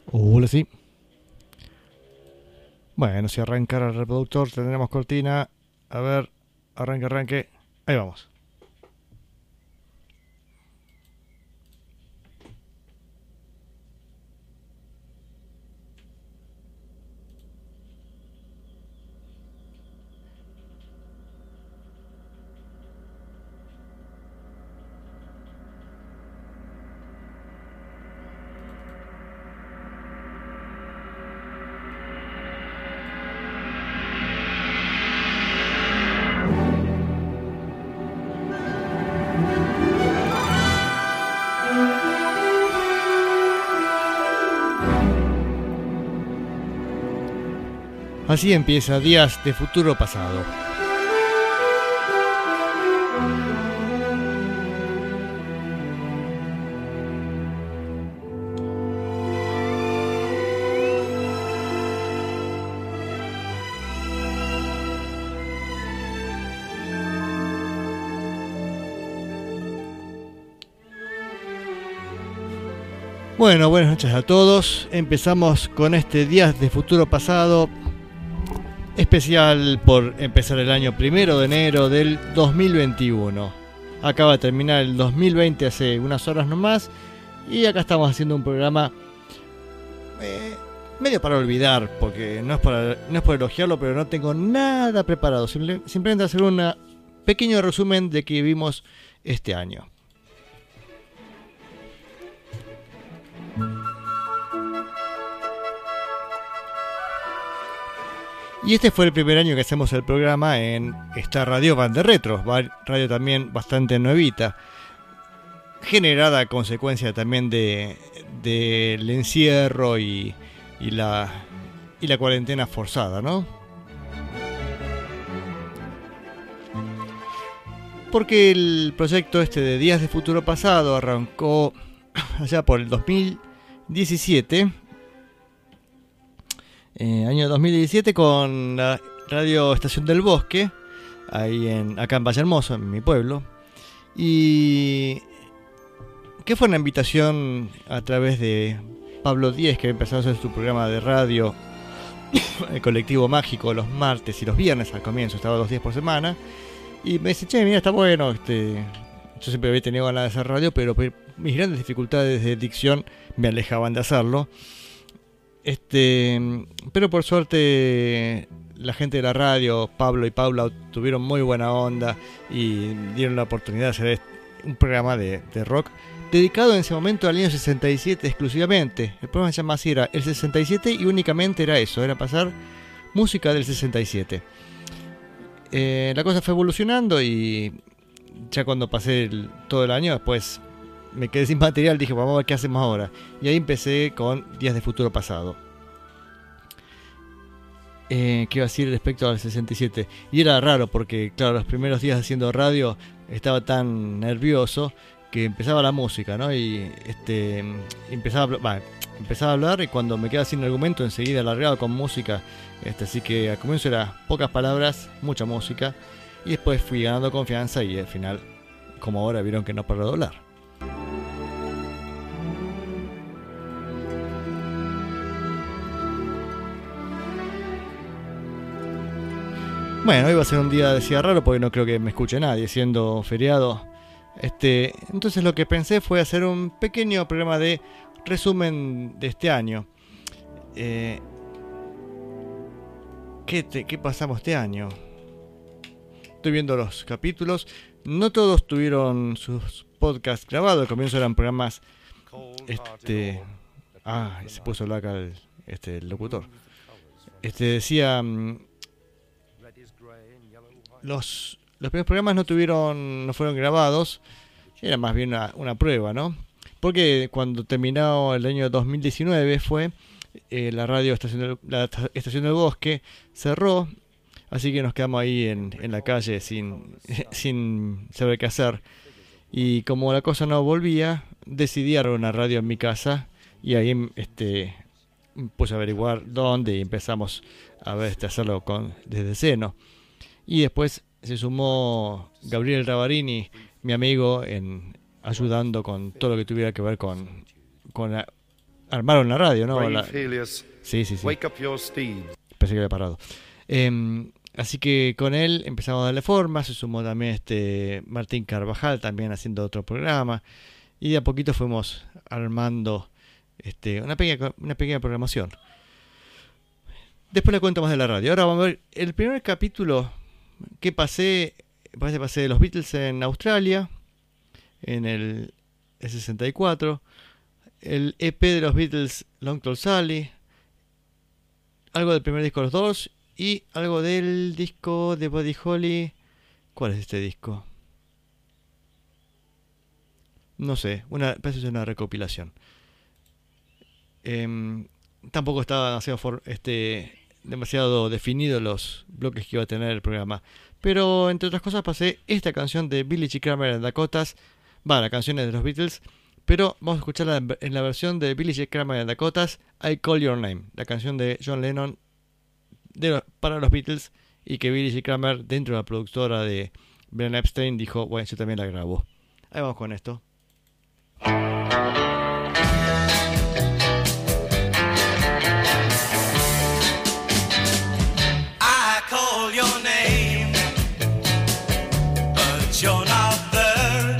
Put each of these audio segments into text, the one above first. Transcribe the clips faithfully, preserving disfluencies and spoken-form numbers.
Hola, sí. Bueno, si arrancara el reproductor tendremos cortina. A ver, arranque, arranque. Ahí vamos. Así empieza Días de Futuro Pasado. Bueno, buenas noches a todos. Empezamos con este Días de Futuro Pasado especial por empezar el año primero de enero del dos mil veintiuno. Acaba de terminar el dos mil veinte hace unas horas nomás y acá estamos haciendo un programa eh, medio para olvidar, porque no es, para, no es por elogiarlo, pero no tengo nada preparado. Simple, simplemente hacer un pequeño resumen de que vimos este año. Y este fue el primer año que hacemos el programa en esta radio Banda Retro, radio también bastante nuevita, generada a consecuencia también de del encierro y, y, la, y la cuarentena forzada, ¿no? Porque el proyecto este de Días de Futuro Pasado arrancó allá por el dos mil diecisiete. Eh, año dos mil diecisiete con la radio Estación del Bosque, ahí en, acá en Valle Hermoso, en mi pueblo. Y que fue una invitación a través de Pablo Díez, que empezó a hacer su programa de radio, el Colectivo Mágico, los martes y los viernes al comienzo, estaba dos días por semana. Y me dice, che, mira, está bueno, este, yo siempre había tenido ganas de hacer radio, pero mis grandes dificultades de dicción me alejaban de hacerlo. Este, pero por suerte la gente de la radio, Pablo y Paula, tuvieron muy buena onda y dieron la oportunidad de hacer un programa de, de rock dedicado en ese momento al año sesenta y siete exclusivamente. El programa se llama así, era el sesenta y siete y únicamente era eso, era pasar música del sesenta y siete. Eh, la cosa fue evolucionando y ya cuando pasé el, todo el año, después me quedé sin material, dije, vamos a ver qué hacemos ahora. Y ahí empecé con Días de Futuro Pasado. Eh, ¿Qué iba a decir respecto al sesenta y siete? Y era raro porque, claro, los primeros días haciendo radio estaba tan nervioso que empezaba la música, ¿no? Y este empezaba a, bah, empezaba a hablar y cuando me quedaba sin argumento enseguida alargaba con música. Este, así que al comienzo era pocas palabras, mucha música. Y después fui ganando confianza y al final, como ahora, vieron que no paró de hablar. Bueno, hoy va a ser un día de día raro porque no creo que me escuche nadie, siendo feriado. Este, entonces lo que pensé fue hacer un pequeño programa de resumen de este año. Eh, ¿qué, te, ¿Qué pasamos este año? Estoy viendo los capítulos. No todos tuvieron sus podcasts grabados. Al comienzo eran programas... Este, ah, se puso a acá el, este, el locutor. Este decía... Los, los primeros programas no tuvieron, no fueron grabados, era más bien una, una prueba, ¿no? Porque cuando terminó el año dos mil diecinueve fue eh, la radio estación del, la estación del Bosque cerró, así que nos quedamos ahí en, en la calle sin, sin saber qué hacer. Y como la cosa no volvía, decidí armar una radio en mi casa y ahí este puse a averiguar dónde y empezamos a ver este hacerlo con desde seno. Y después se sumó Gabriel Ravarini, mi amigo, en ayudando con todo lo que tuviera que ver con, con la, armaron la radio, ¿no? Brave La... Helios, Sí, sí, sí. wake up your steed. Pensé que había parado. Eh, así que con él empezamos a darle forma. Se sumó también este Martín Carvajal, también haciendo otro programa. Y de a poquito fuimos armando este, una, pequeña, una pequeña programación. Después le cuento más de la radio. Ahora vamos a ver el primer capítulo que pasé. Parece que pasé de los Beatles en Australia, en el sesenta y cuatro. El E P de los Beatles, Long Tall Sally. Algo del primer disco de los Doors. Y algo del disco de Buddy Holly. ¿Cuál es este disco? No sé, una, parece ser una recopilación. Eh, tampoco estaba demasiado, for, este, demasiado definido los bloques que iba a tener el programa. Pero entre otras cosas pasé esta canción de Billy G. Kramer and Dakotas. Va, la canción es de los Beatles. Pero vamos a escucharla en la versión de Billy G. Kramer and Dakotas, I Call Your Name. La canción de John Lennon de, para los Beatles. Y que Billy G. Kramer, dentro de la productora de Brian Epstein, dijo, bueno, yo también la grabo. Ahí vamos con esto. I call your name, but you're not there.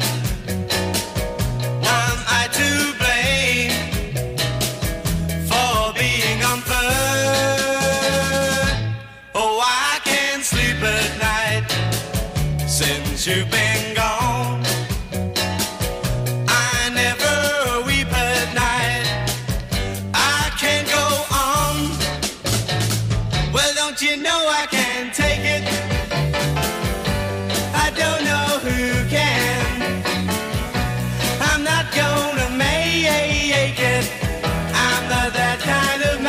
Am I to blame for being unfair? Oh, I can't sleep at night since you've been gone. You know I can't take it. I don't know who can. I'm not gonna make it. I'm not that kind of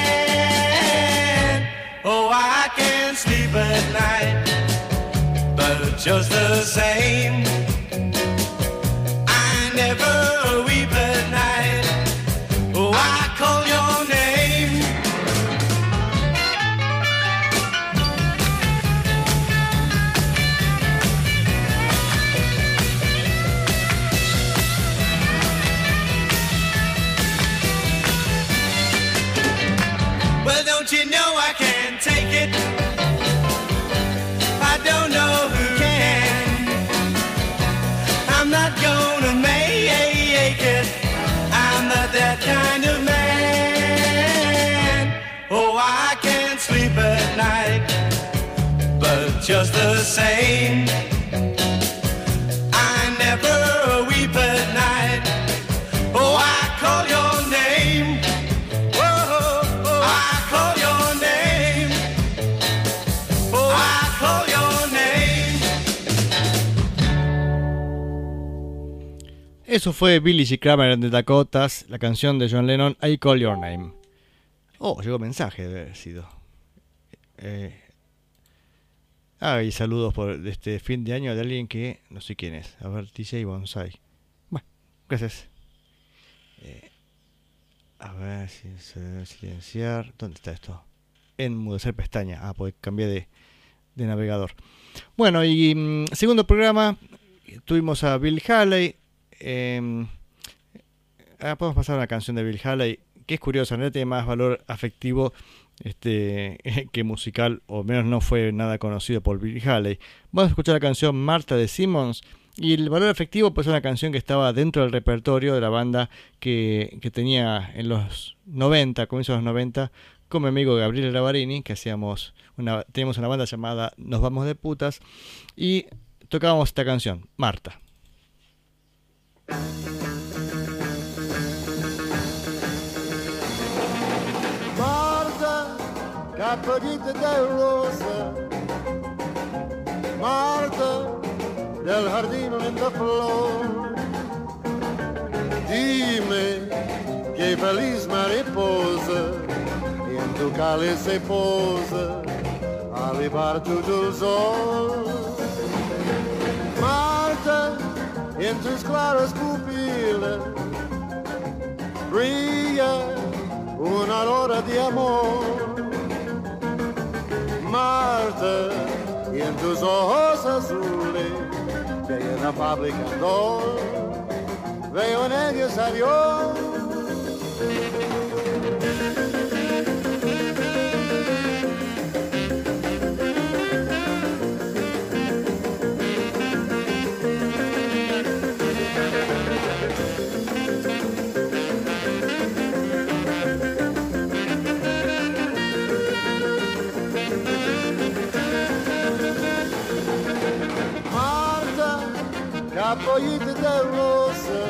man. Oh, I can't sleep at night, but just the same, I never weep at night. Oh, I call your name. You know I can't take it. I don't know who can. I'm not gonna make it. I'm not that kind of man. Oh, I can't sleep at night, but just the same, I never weep at night. Oh, I call your name. Eso fue Billy G. Kramer and the Dakotas, la canción de John Lennon, I Call Your Name. Oh, llegó mensaje, debe haber sido. Eh, ah, y saludos por este fin de año de alguien que no sé quién es. A ver, T J Bonsai. Bueno, gracias. Eh, a ver, silenciar. ¿Dónde está esto? Enmudecer pestaña. Ah, pues cambié de, de navegador. Bueno, y mm, segundo programa, tuvimos a Bill Haley. Eh, ahora podemos pasar a una canción de Bill Haley que es curiosa, no tiene más valor afectivo este, que musical, o menos no fue nada conocido por Bill Haley. Vamos a escuchar la canción Marta de Simmons, y el valor afectivo pues es una canción que estaba dentro del repertorio de la banda que, que tenía en los noventa, comienzos de los noventa, con mi amigo Gabriel Ravarini, que hacíamos una, teníamos una banda llamada Nos Vamos de Putas, y tocábamos esta canción, Marta. Marta, capolita de rosa, Marta, del giardino en la flor, dime che feliz mariposa en tu cáliz se posa al levar tutto il sol. Marta, en tus claras pupilas brilla una aurora de amor. Marta, en tus ojos azules de una fábrica candor veo en ellos a Dios. Capoite de rosa,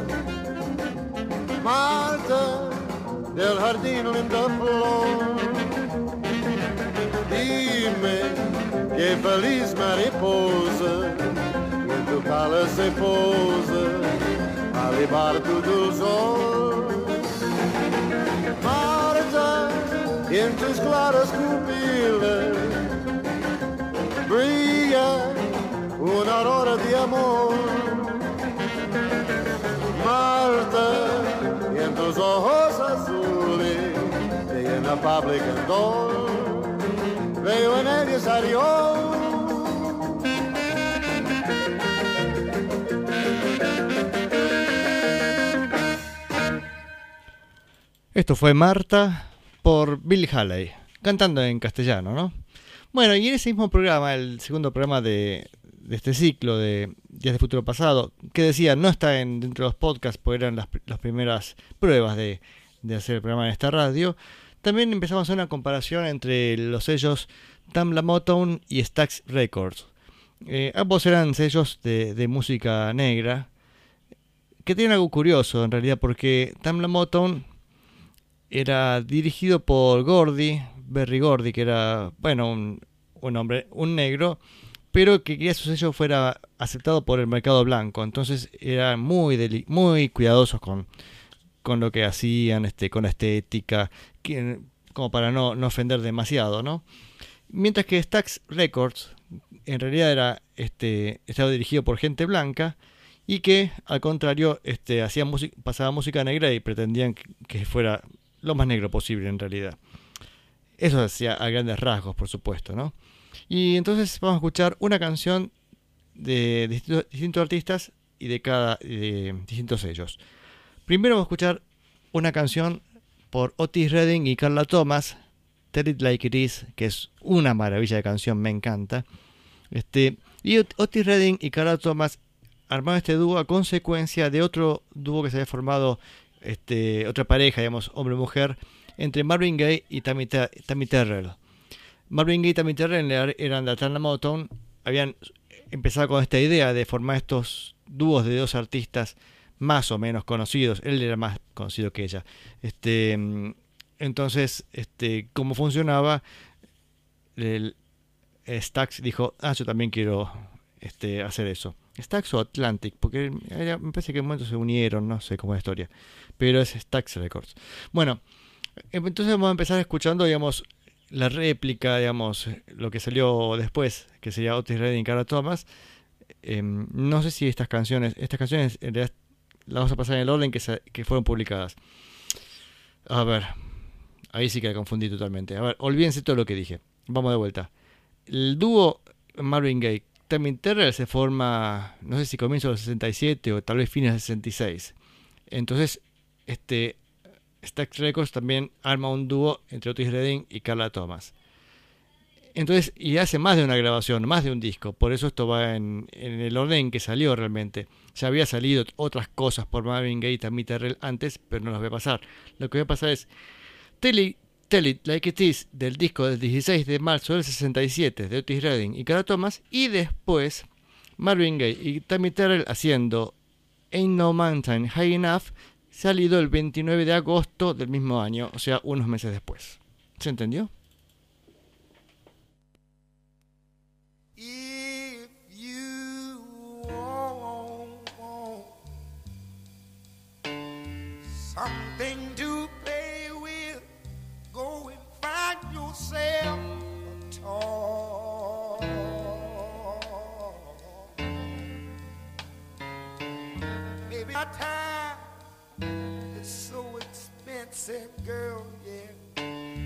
Marta del giardino in the flor. Dime che feliz mariposa, in tu cala se posa, al barco del sol. Marta, en tus claras pupilas, brilla una aurora di amor. Marta, y en tus ojos azules, de inefable candor, veo en ellos a Dios. Esto fue Marta por Bill Haley, cantando en castellano, ¿no? Bueno, y en ese mismo programa, el segundo programa de, de este ciclo de Días de Futuro Pasado, que decía, no está en, dentro de los podcasts, porque eran las, las primeras pruebas de, de hacer el programa en esta radio, también empezamos a hacer una comparación entre los sellos Tamla Motown y Stax Records. Eh, ambos eran sellos de, de música negra, que tienen algo curioso en realidad, porque Tamla Motown era dirigido por Gordy, Berry Gordy, que era, bueno, un, un hombre, un negro, pero que quería que su sello fuera aceptado por el mercado blanco. Entonces eran muy deli- muy cuidadosos con, con lo que hacían, este, con la estética, que, como para no, no ofender demasiado, ¿no? Mientras que Stax Records en realidad era, este, estaba dirigido por gente blanca y que, al contrario, este, hacía música, pasaba música negra y pretendían que, que fuera lo más negro posible en realidad. Eso hacía a grandes rasgos, por supuesto, ¿no? Y entonces vamos a escuchar una canción de distintos, distintos artistas y de cada de distintos sellos. Primero vamos a escuchar una canción por Otis Redding y Carla Thomas, Tell It Like It Is, que es una maravilla de canción, me encanta. Este, y Otis Redding y Carla Thomas armaron este dúo a consecuencia de otro dúo que se había formado, este, otra pareja, digamos, hombre-mujer, entre Marvin Gaye y Tammy, Ter- Tammy Terrell. Marvin Gaye y Tammy Terrell eran de Tamla Motown, habían empezado con esta idea de formar estos dúos de dos artistas más o menos conocidos. Él era más conocido que ella. Este, entonces, este, ¿cómo funcionaba? El, el Stax dijo, ah, yo también quiero este, hacer eso. Stax o Atlantic, porque era, me parece que en un momento se unieron, no sé cómo es la historia, pero es Stax Records. Bueno, entonces vamos a empezar escuchando, digamos, la réplica, digamos, lo que salió después, que sería Otis Redding y Carla Thomas. Eh, no sé si estas canciones, estas canciones en realidad las vamos a pasar en el orden que, se, que fueron publicadas. A ver, ahí sí que la confundí totalmente. A ver, olvídense todo lo que dije. Vamos de vuelta. El dúo Marvin Gaye, Tammy Terrell se forma, no sé si comienzo de los sesenta y siete o tal vez fines de sesenta y seis. Entonces, este Stax Records también arma un dúo entre Otis Redding y Carla Thomas. Entonces, y hace más de una grabación, más de un disco. Por eso esto va en, en el orden que salió realmente. Ya había salido otras cosas por Marvin Gaye y Tammy Terrell antes, pero no las voy a pasar. Lo que voy a pasar es Tell It, Tell It Like It Is, del disco del dieciséis de marzo del sesenta y siete de Otis Redding y Carla Thomas, y después Marvin Gaye y Tammy Terrell haciendo Ain't No Mountain High Enough, salido el veintinueve de agosto del mismo año, o sea, unos meses después. ¿Se entendió? If you want something to play with, go and find yourself a toy. Maybe my time is so expensive, girl, yeah.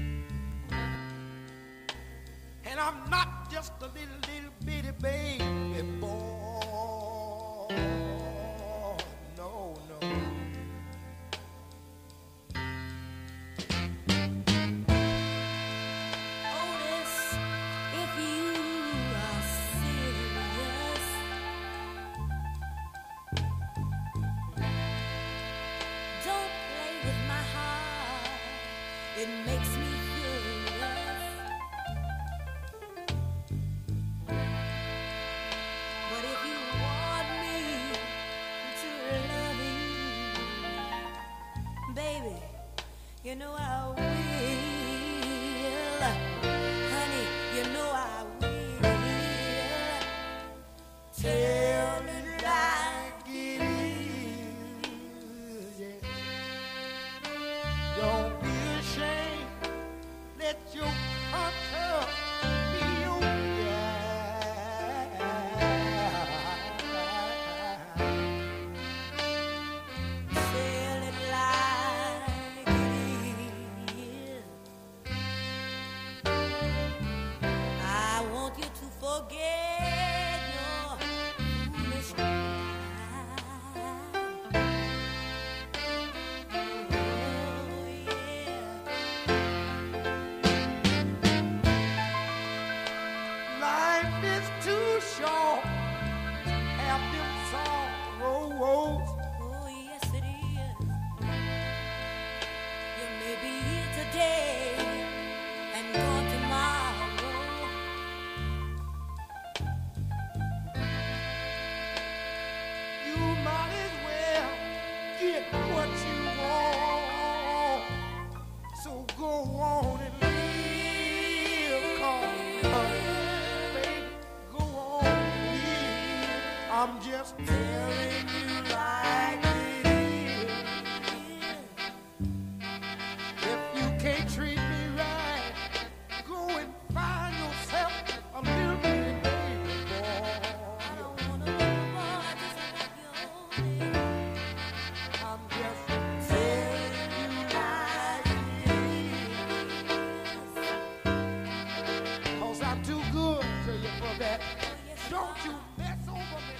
And I'm not just a little, little bitty baby boy. No, no. know I will, honey, you know I will. Tell it like it is, yeah. Don't be ashamed, let your conscience be your guide. Tell it like it is. I want you to forget your foolish pride. Oh, yeah. Life is too short to have them sorrows. Oh, yes, it is. You may be here today and gone tomorrow. You might as well get what you want. So go on and live, cause, baby, go on and live. I'm just telling you like it is. If you can't treat me right, go and find yourself a little bitty baby boy. I don't wanna be a boy just like your old. I'm just telling you like it is. Cause I'm too good to you for that. Don't you mess over me.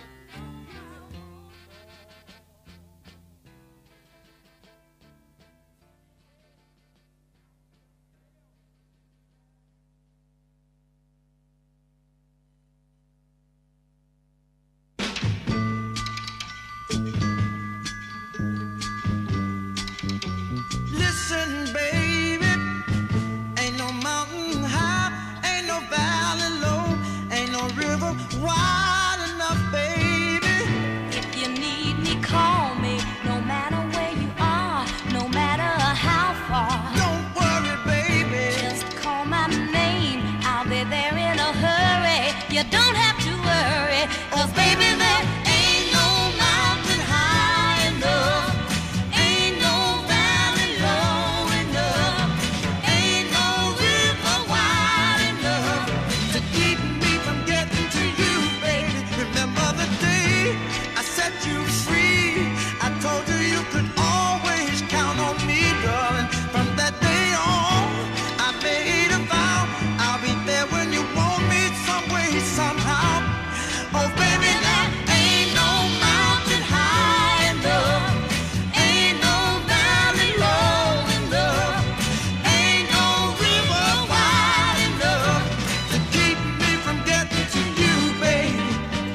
Listen, baby, ain't no mountain high, ain't no valley low, ain't no river wide enough, baby. If you need me, call me. No matter where you are, no matter how far. Don't worry, baby. Just call my name. I'll be there in a hurry. You don't have to worry. Cause baby, there ain't no mountain high enough. Ain't no valley low enough. Ain't no river wide enough To keep me from getting to you, baby. Remember the day I set you free. I told you you could always count on me, darling. From that day on, I made a vow I'll be there when you want me, some way, somehow. Oh, baby, there ain't no mountain high enough. Ain't no valley low enough. Ain't no river wide enough to keep me from getting to you, baby.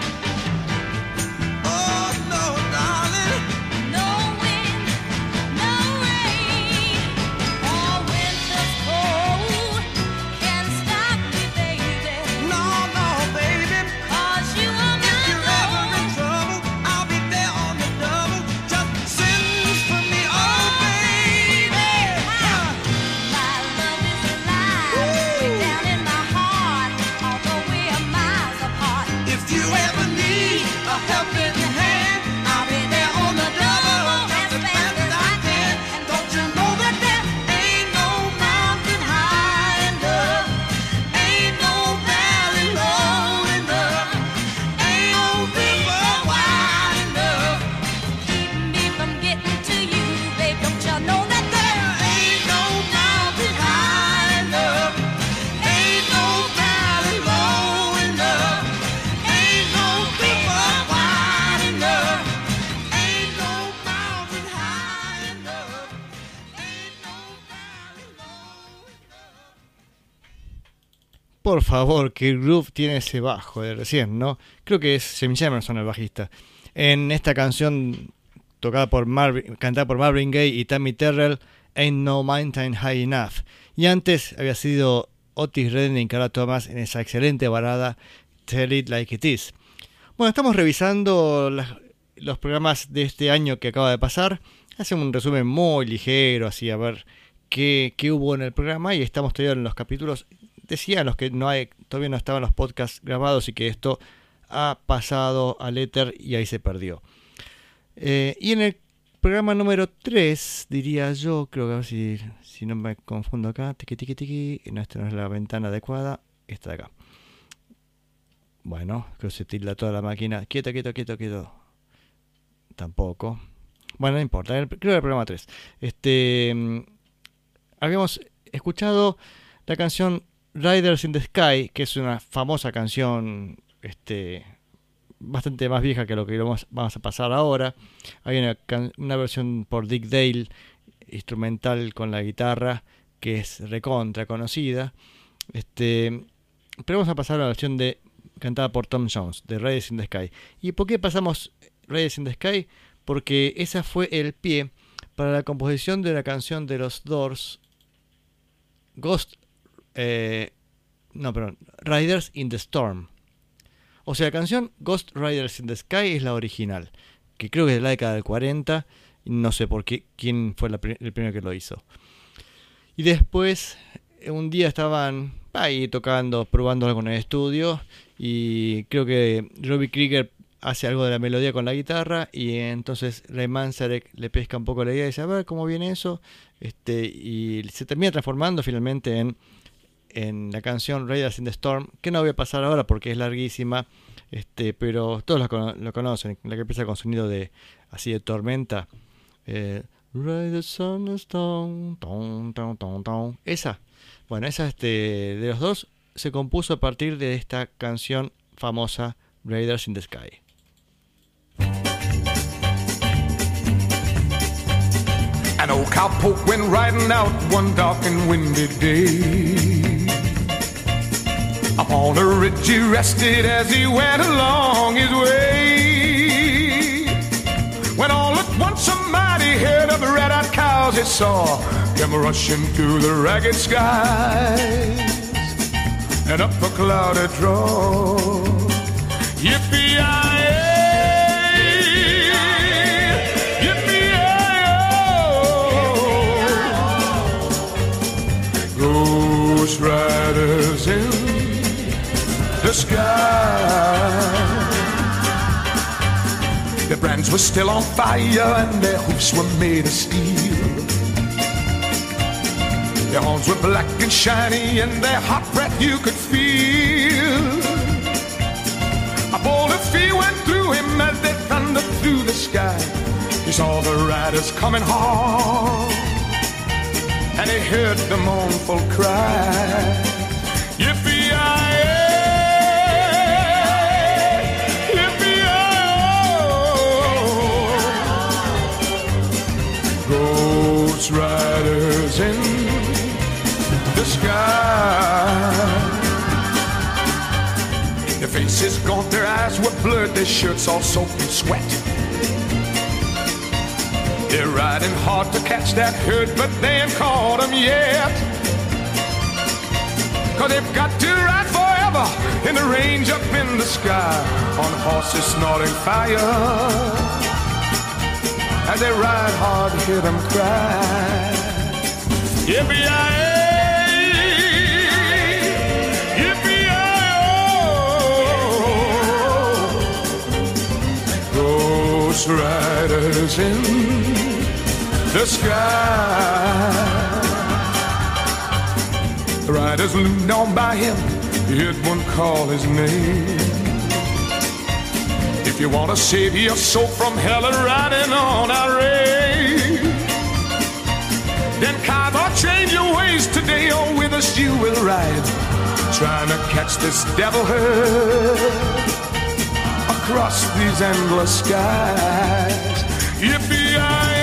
Oh, no, darling. No wind, no rain, or winter's cold can stop me, baby. No, no, baby. Cause you are If my you're ever in love. trouble, I'll be there on the double. Just send for me, oh, baby. My love is alive, way down in my heart, although we are miles apart. If you ever need a helping hand, I'll be there on the double, just as fast as I can. Don't you know that there ain't no mountain high enough, ain't no valley low enough, ain't no river wide enough. Keep me from getting to you, babe. Don't you know that there Ain't no mountain high enough, ain't no valley low enough, ain't no river wide enough, ain't no mountain high enough, ain't no valley low enough. Por favor, qué groove tiene ese bajo de recién, ¿no? Creo que es Jim Jamerson el bajista. En esta canción tocada por Marvin, cantada por Marvin Gaye y Tammy Terrell, Ain't No Mountain High Enough. Y antes había sido Otis Redding y Cara Thomas en esa excelente balada Tell It Like It Is. Bueno, estamos revisando las- los programas de este año que acaba de pasar. hace un resumen muy ligero, así a ver qué, qué hubo en el programa, y estamos todavía en los capítulos, decían los que no hay, todavía no estaban los podcasts grabados y que esto ha pasado al éter y ahí se perdió. Eh, y en el programa número tres, diría yo, creo que a ver si, si no me confundo acá, tiqui tiqui tiqui, no, esta no es la ventana adecuada, esta de acá. Bueno, creo que se tilda toda la máquina, quieto, quieto, quieto, quieto. Tampoco. Bueno, no importa, creo que era el programa tres. Este, habíamos escuchado la canción Riders in the Sky, que es una famosa canción, este, bastante más vieja que lo que vamos, vamos a pasar ahora. Hay una, una versión por Dick Dale, instrumental con la guitarra, que es recontra conocida. Este, pero vamos a pasar a la versión de cantada por Tom Jones, de Riders in the Sky. ¿Y por qué pasamos Riders in the Sky? Porque esa fue el pie para la composición de la canción de los Doors, Ghost, eh, no, perdón, Riders in the Storm. O sea, la canción Ghost Riders in the Sky es la original, que creo que es de la década del cuarenta, no sé por qué, quién fue la, el primero que lo hizo. Y después, un día estaban ahí tocando, probando algo en el estudio, y creo que Robbie Krieger hace algo de la melodía con la guitarra, y entonces Ray Manzarek le pesca un poco la idea y dice, a ver cómo viene eso, este, y se termina transformando finalmente en, en la canción Riders in the Storm, que no voy a pasar ahora porque es larguísima, este, pero todos lo, lo conocen, la que empieza con sonido de así de tormenta, eh, Riders on the Storm, ton, ton, ton, ton. Esa, bueno, esa este, de los dos se compuso a partir de esta canción famosa Riders in the Sky. An old cowpoke went riding out one dark and windy day. Upon a ridge he rested as he went along his way. When all at once a mighty herd of red-eyed cows he saw came rushing through the ragged skies and up a cloudy draw. Yippee-yi-yi! Ghost riders in the sky. Their brands were still on fire and their hoofs were made of steel. Their horns were black and shiny and their hot breath you could feel. A bolt of fear went through him as they thundered through the sky. He saw the riders coming hard and he heard the mournful cry. Yippee-yi-yi, yippee-yi-yi. Ghost riders in the sky. Their faces gaunt, their eyes were blurred, their shirts all soaked in sweat. They're riding hard to catch that herd, but they ain't caught them yet. Cause they've got to ride forever in the range up in the sky on horses snorting fire. As they ride hard, hear them cry. Yippee-yi-yi, yippee-yi-yi. Ghost riders in the sky. The riders loomed on by him, heard one call his name. If you want to save your soul from hell and riding on our rail, then carve or change your ways today, or with us you will ride, trying to catch this devil herd across these endless skies. Yippee-yi-yi,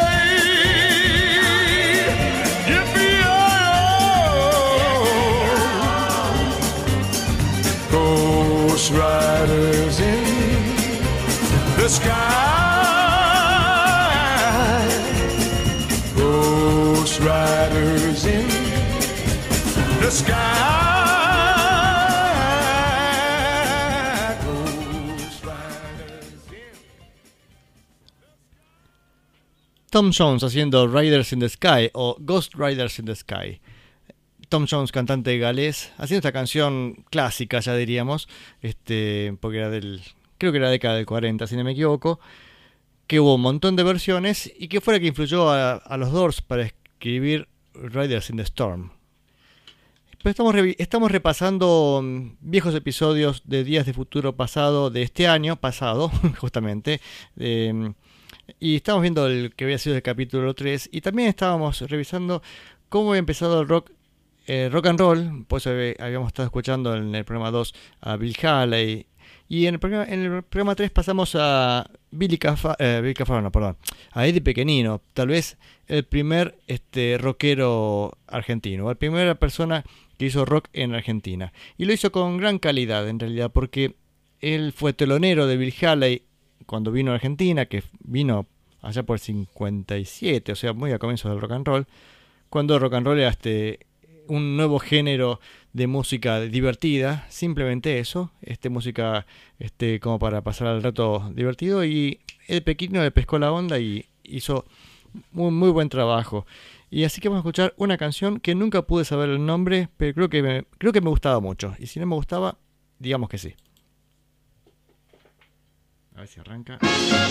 yippee-yi-yi. Ghost riders in the sky. Ghost riders in the sky. Ghost riders in. Tom Jones haciendo Riders in the Sky o Ghost Riders in the Sky. Tom Jones, cantante galés, haciendo esta canción clásica, ya diríamos, este, porque era del, creo que era década del cuarenta, si no me equivoco, que hubo un montón de versiones y que fue la que influyó a, a los Doors para escribir Riders in the Storm. Pero estamos, revi- estamos repasando um, viejos episodios de Días de Futuro Pasado de este año, pasado, justamente, eh, y estamos viendo el que había sido el capítulo tres, y también estábamos revisando cómo había empezado el rock, eh, rock and roll, pues eh, habíamos estado escuchando en el programa dos a Bill Haley, y en el programa, en el programa tres pasamos a Billy Cafa, eh, Billy Cafaro, no, perdón, a Eddie Pequenino, tal vez el primer este, rockero argentino, la primera persona que hizo rock en Argentina. Y lo hizo con gran calidad, en realidad, porque él fue telonero de Bill Haley cuando vino a Argentina, que vino allá por cincuenta y siete, o sea, muy a comienzos del rock and roll, cuando el rock and roll era este, un nuevo género de música divertida, simplemente eso, este, música este, como para pasar al rato divertido, y el Pequeño le pescó la onda y hizo un muy buen trabajo. Y así que vamos a escuchar una canción que nunca pude saber el nombre, pero creo que me, creo que me gustaba mucho. Y si no me gustaba, digamos que sí. A ver si arranca.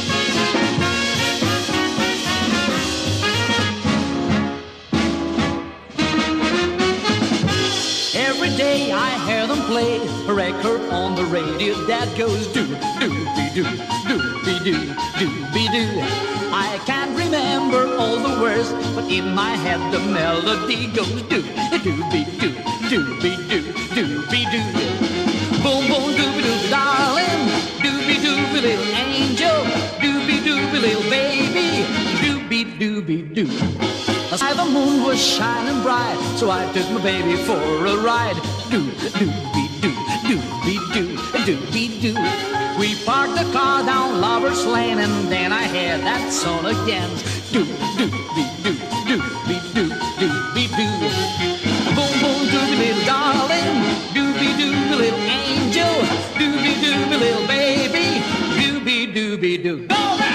Every day I hear them play a record on the radio that goes do do be do do be do do be do. I can't remember all the words, but in my head the melody goes do do be do do be do do be do. Boom boom dooby doo darling, dooby dooby little angel, dooby dooby little baby, dooby dooby doo. The moon was shining bright, so I took my baby for a ride. Do do be do do be do do be do. We parked the car down Lover's Lane, and then I heard that song again. Do do be do do be do do be do. Boom boom dooby little darling, dooby dooby little angel, dooby dooby little baby, dooby dooby doo. Go man!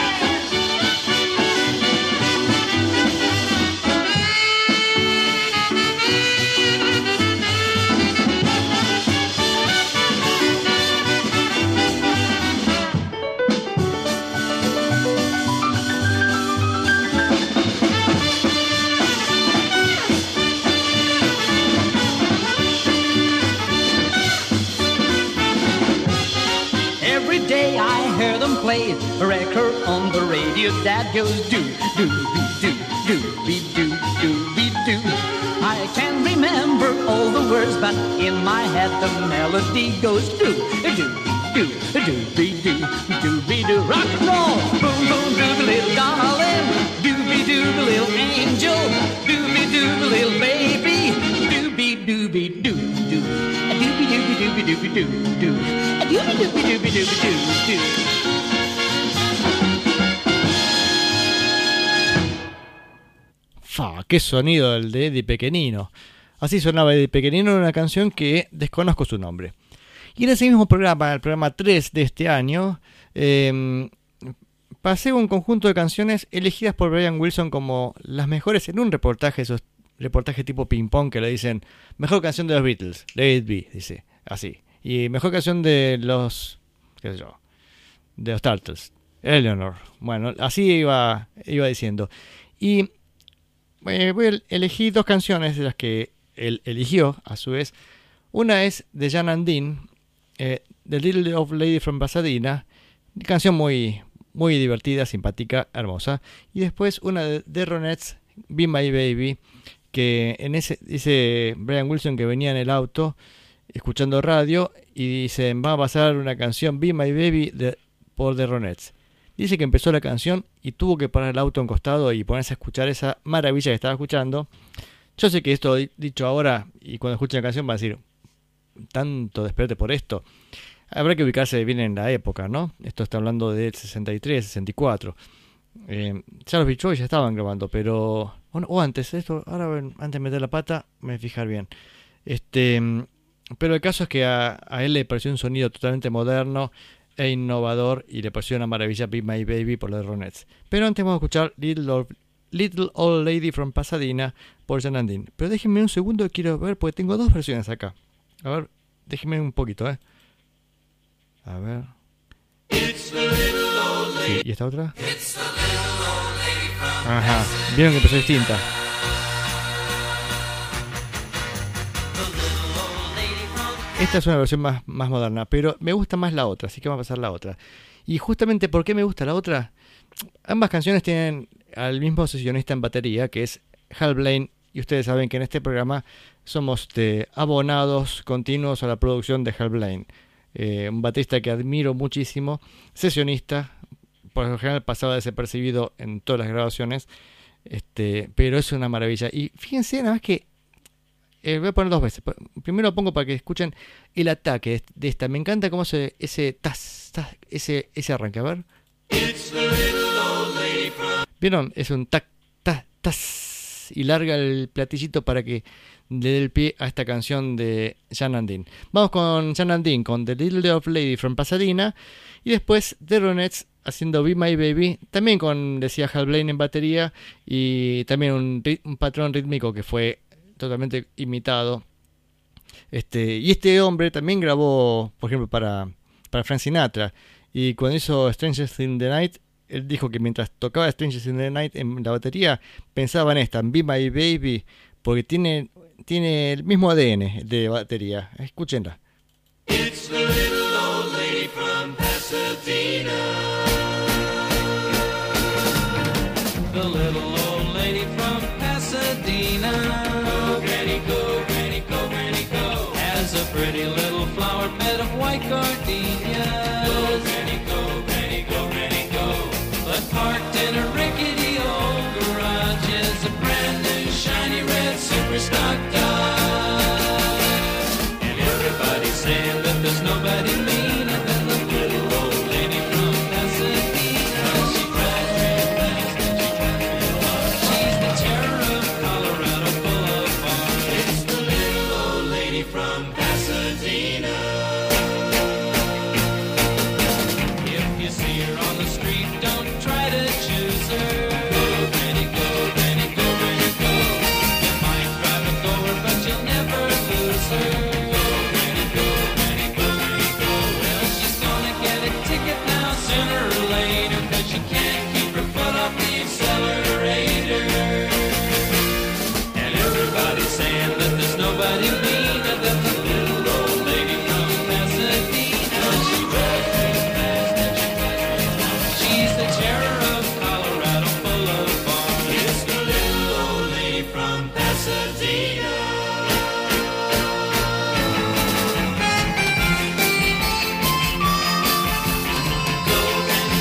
Play a record on the radio that goes do do be do do be do do be do. I can't remember all the words, but in my head the melody goes do do do do be do do be do. Rock and roll, boom boom dooby little darling, dooby dooby little angel, dooby dooby little baby, dooby dooby doo doo, a dooby dooby dooby dooby doo doo, a dooby dooby dooby dooby doo doo. Fa, qué sonido el de Eddie Pequenino. Así sonaba Eddie Pequenino en una canción que desconozco su nombre. Y en ese mismo programa, el programa tres de este año, eh, pasé un conjunto de canciones elegidas por Brian Wilson como las mejores en un reportaje, esos reportajes tipo ping pong que le dicen mejor canción de los Beatles, Let It Be, dice, así. Y mejor canción de los, qué sé yo, de los Turtles, Eleanor. Bueno, así iba, iba diciendo. Y Eh, voy a elegir dos canciones de las que él eligió, a su vez. Una es de Jan and Dean, eh, The Little Old Lady from Pasadena, canción muy, muy divertida, simpática, hermosa. Y después una de, de Ronettes, Be My Baby, que en ese dice Brian Wilson que venía en el auto escuchando radio y dice, va a pasar una canción Be My Baby de, por The Ronettes. Dice que empezó la canción y tuvo que parar el auto a un costado y ponerse a escuchar esa maravilla que estaba escuchando. Yo sé que esto dicho ahora y cuando escuchen la canción va a decir, tanto desperate por esto. Habrá que ubicarse bien en la época, ¿no? Esto está hablando del sesenta y tres, sesenta y cuatro. Eh, ya los Beach Boys ya estaban grabando, pero... O, o antes, esto, ahora antes de meter la pata, me voy a fijar bien. Este, pero el caso es que a, a él le pareció un sonido totalmente moderno, e innovador, y le pareció una maravilla Be My Baby por los Ronettes. Pero antes vamos a escuchar Little Old, Little Old Lady from Pasadena por Jan and Dean. Pero déjenme un segundo, quiero ver, porque tengo dos versiones acá. A ver, déjenme un poquito, ¿eh? A ver. Sí, ¿y esta otra? Ajá, vieron que empezó distinta. Esta es una versión más, más moderna, pero me gusta más la otra, así que vamos a pasar la otra. Y justamente, ¿por qué me gusta la otra? Ambas canciones tienen al mismo sesionista en batería, que es Hal Blaine, y ustedes saben que en este programa somos de abonados continuos a la producción de Hal Blaine. Eh, un baterista que admiro muchísimo, sesionista, por lo general pasaba desapercibido en todas las grabaciones, este, pero es una maravilla. Y fíjense nada más que eh, voy a poner dos veces. Primero lo pongo para que escuchen el ataque de esta. Me encanta cómo se ese tas, tas, ese ese arranque. A ver. ¿Vieron? Es un tac, tas, tas, y larga el platillito para que le dé el pie a esta canción de Jan and Dean. Vamos con Jan and Dean, con The Little Old Lady from Pasadena, y después The Ronettes haciendo Be My Baby, también con, decía Hal Blaine en batería, y también un, un patrón rítmico que fue totalmente imitado. Este, y este hombre también grabó, por ejemplo, para, para Frank Sinatra, y cuando hizo Strangers in the Night, él dijo que mientras tocaba Strangers in the Night en la batería, pensaba en esta, en Be My Baby, porque tiene, tiene el mismo A D N de batería. Escúchenla. It's the little old lady from Pasadena. The little old lady from Pasadena. Go, granny, go, granny, go, granny, go. Has a pretty little flower bed of white gardenias. Go, granny, go, granny, go, granny, go. But parked in a rickety old garage is a brand new shiny red super stock Dodge. And everybody's saying that there's nobody meaner than the little old lady from Pasadena. She drives real fast and she drives real hard. She's the terror of Colorado Boulevard. It's the little old lady from Pasadena. If you see her on the street, don't try to choose her. Go, granny, go, granny, go, granny, go. You might drive and go her, but you'll never lose her. Go, granny, go, granny, go, granny, go. Well, she's gonna get a ticket now sooner or later, 'cause she can't keep her foot off the accelerator. And everybody's saying that there's nobody meaner than the little old lady from Pasadena. She drives real fast and she drives real hard. She's the terror of Colorado Boulevard. It's the little old lady from Pasadena. Go, granny,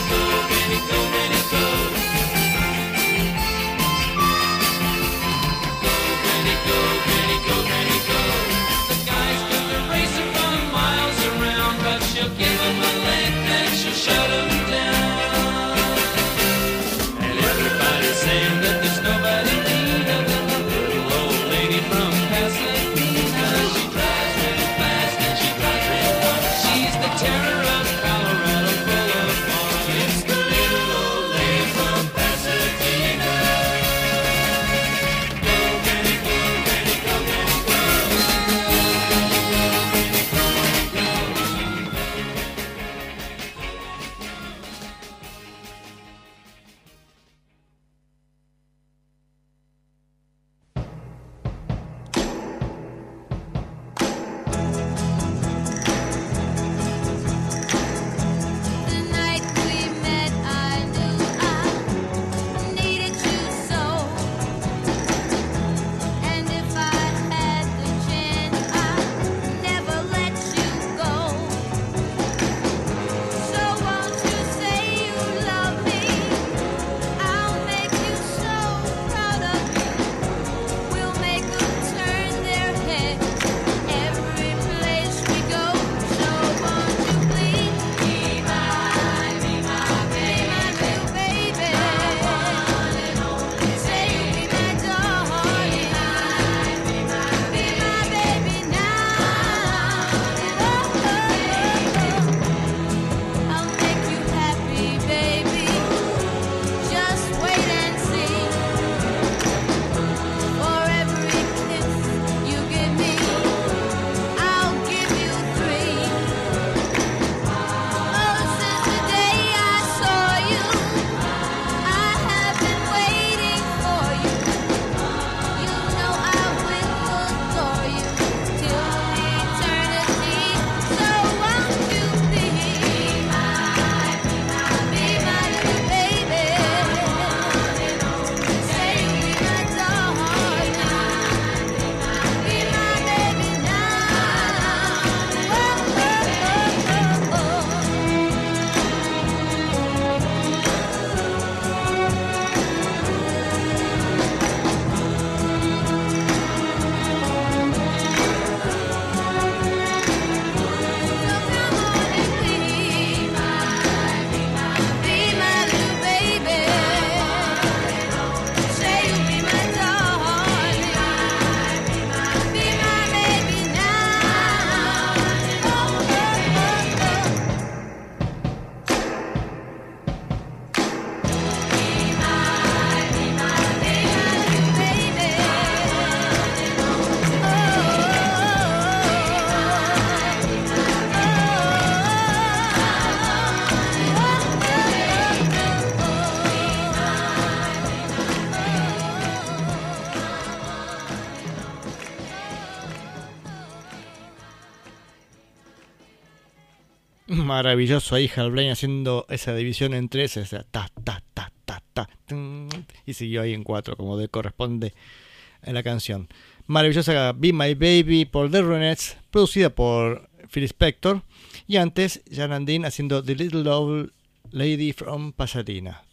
Maravilloso ahí Hal Blaine haciendo esa división en tres, esa ta, ta, ta, ta, ta, tum, y siguió ahí en cuatro, como de corresponde en la canción. Maravillosa Be My Baby por The Ronettes, producida por Phil Spector, y antes Jan and Dean haciendo The Little Old Lady from Pasadena.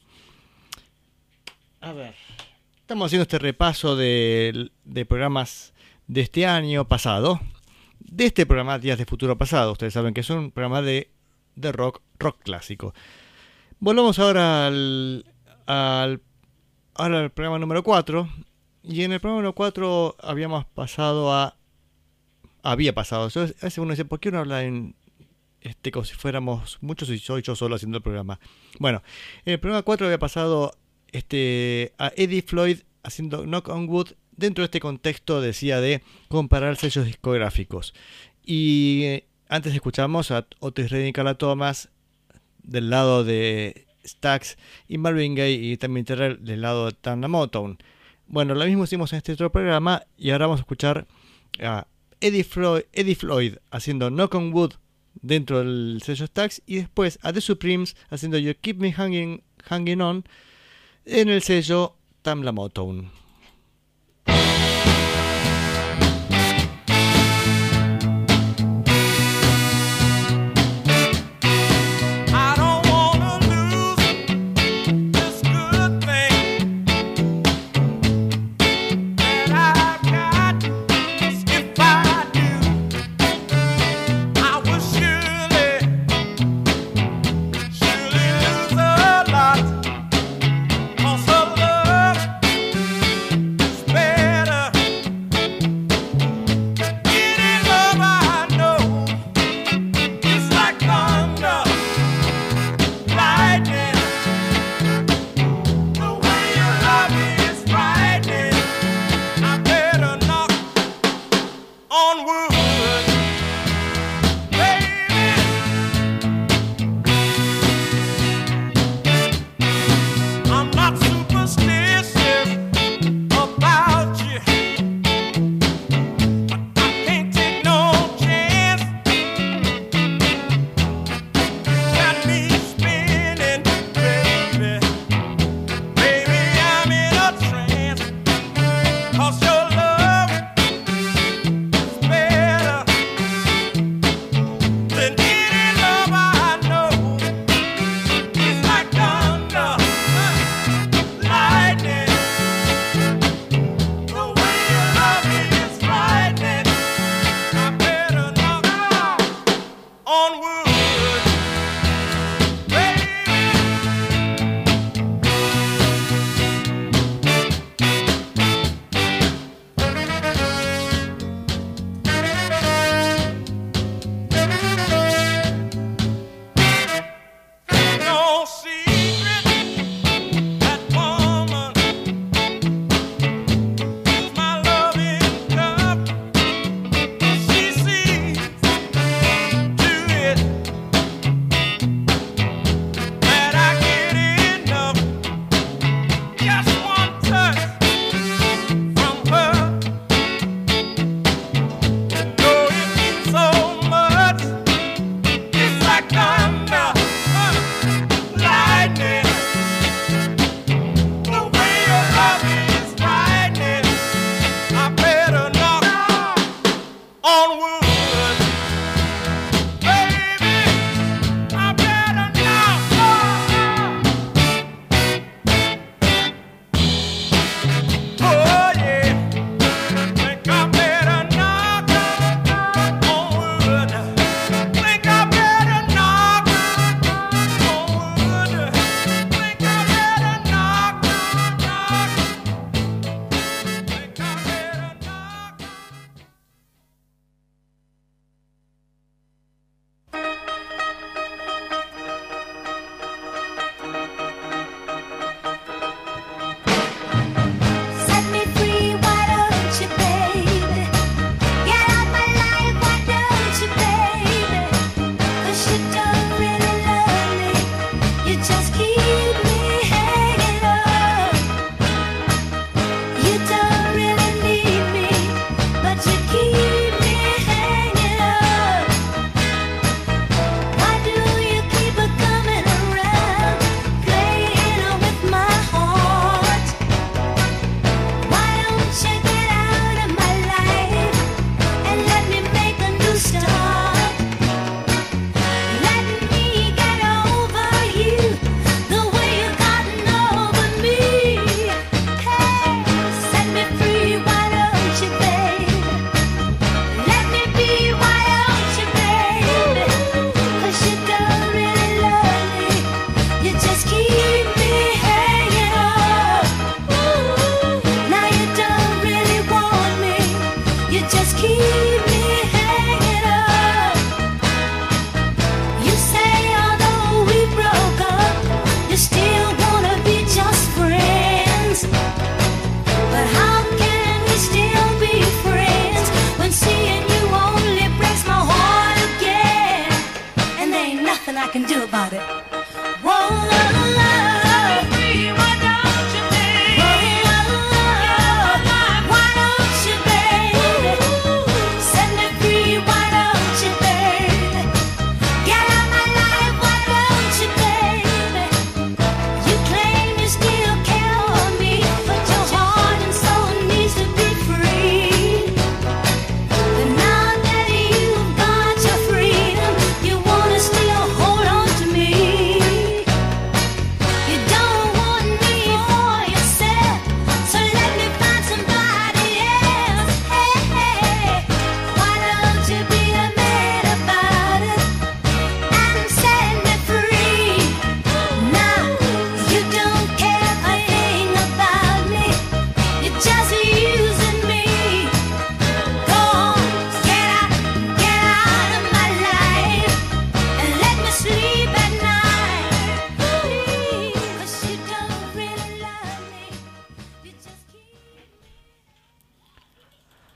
A ver, estamos haciendo este repaso de, de programas de este año pasado, de este programa Días de Futuro Pasado. Ustedes saben que es un programa de, de rock, rock clásico. Volvamos ahora al, al, ahora al programa número cuatro. Y en el programa número cuatro habíamos pasado a... Había pasado. A veces uno dice, ¿por qué uno habla en este como si fuéramos muchos y soy yo solo haciendo el programa? Bueno, en el programa cuatro había pasado este, a Eddie Floyd haciendo Knock on Wood. Dentro de este contexto, decía, de comparar sellos discográficos. Y eh, antes escuchamos a Otis Redding y Carla Thomas del lado de Stax y Marvin Gaye y Tammy Terrell del lado de Tamla Motown. Bueno, lo mismo hicimos en este otro programa y ahora vamos a escuchar a Eddie Floyd, Eddie Floyd haciendo Knock on Wood dentro del sello Stax y después a The Supremes haciendo You Keep Me Hanging, Hanging On en el sello Tamla Motown. Surely lose a lot, 'cause her love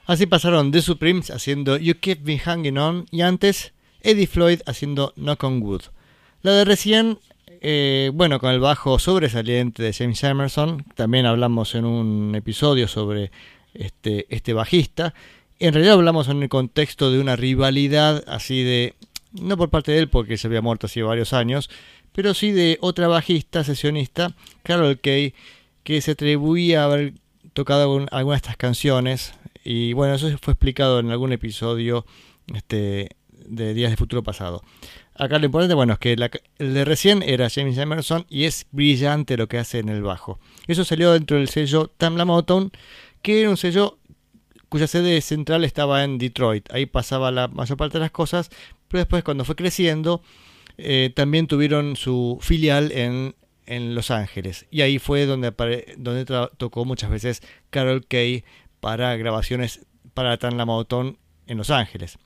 Así pasaron The Supremes haciendo You Keep Me Hanging On y antes Eddie Floyd haciendo Knock on Wood. La de recién, eh, bueno, con el bajo sobresaliente de James Emerson, también hablamos en un episodio sobre este, este bajista. En realidad hablamos en el contexto de una rivalidad así de, no por parte de él porque se había muerto hace varios años, pero sí de otra bajista, sesionista, Carol Kaye, que se atribuía a haber tocado algunas de estas canciones. Y bueno, eso fue explicado en algún episodio este, de Días de Futuro Pasado. Acá lo importante, bueno, es que la, el de recién era James Emerson y es brillante lo que hace en el bajo. Eso salió dentro del sello Tamla Motown, que era un sello cuya sede central estaba en Detroit. Ahí pasaba la mayor parte de las cosas, pero después cuando fue creciendo, eh, también tuvieron su filial en, en Los Ángeles. Y ahí fue donde, apare- donde tra- tocó muchas veces Carol Kaye para grabaciones para Tamla Motown en Los Ángeles.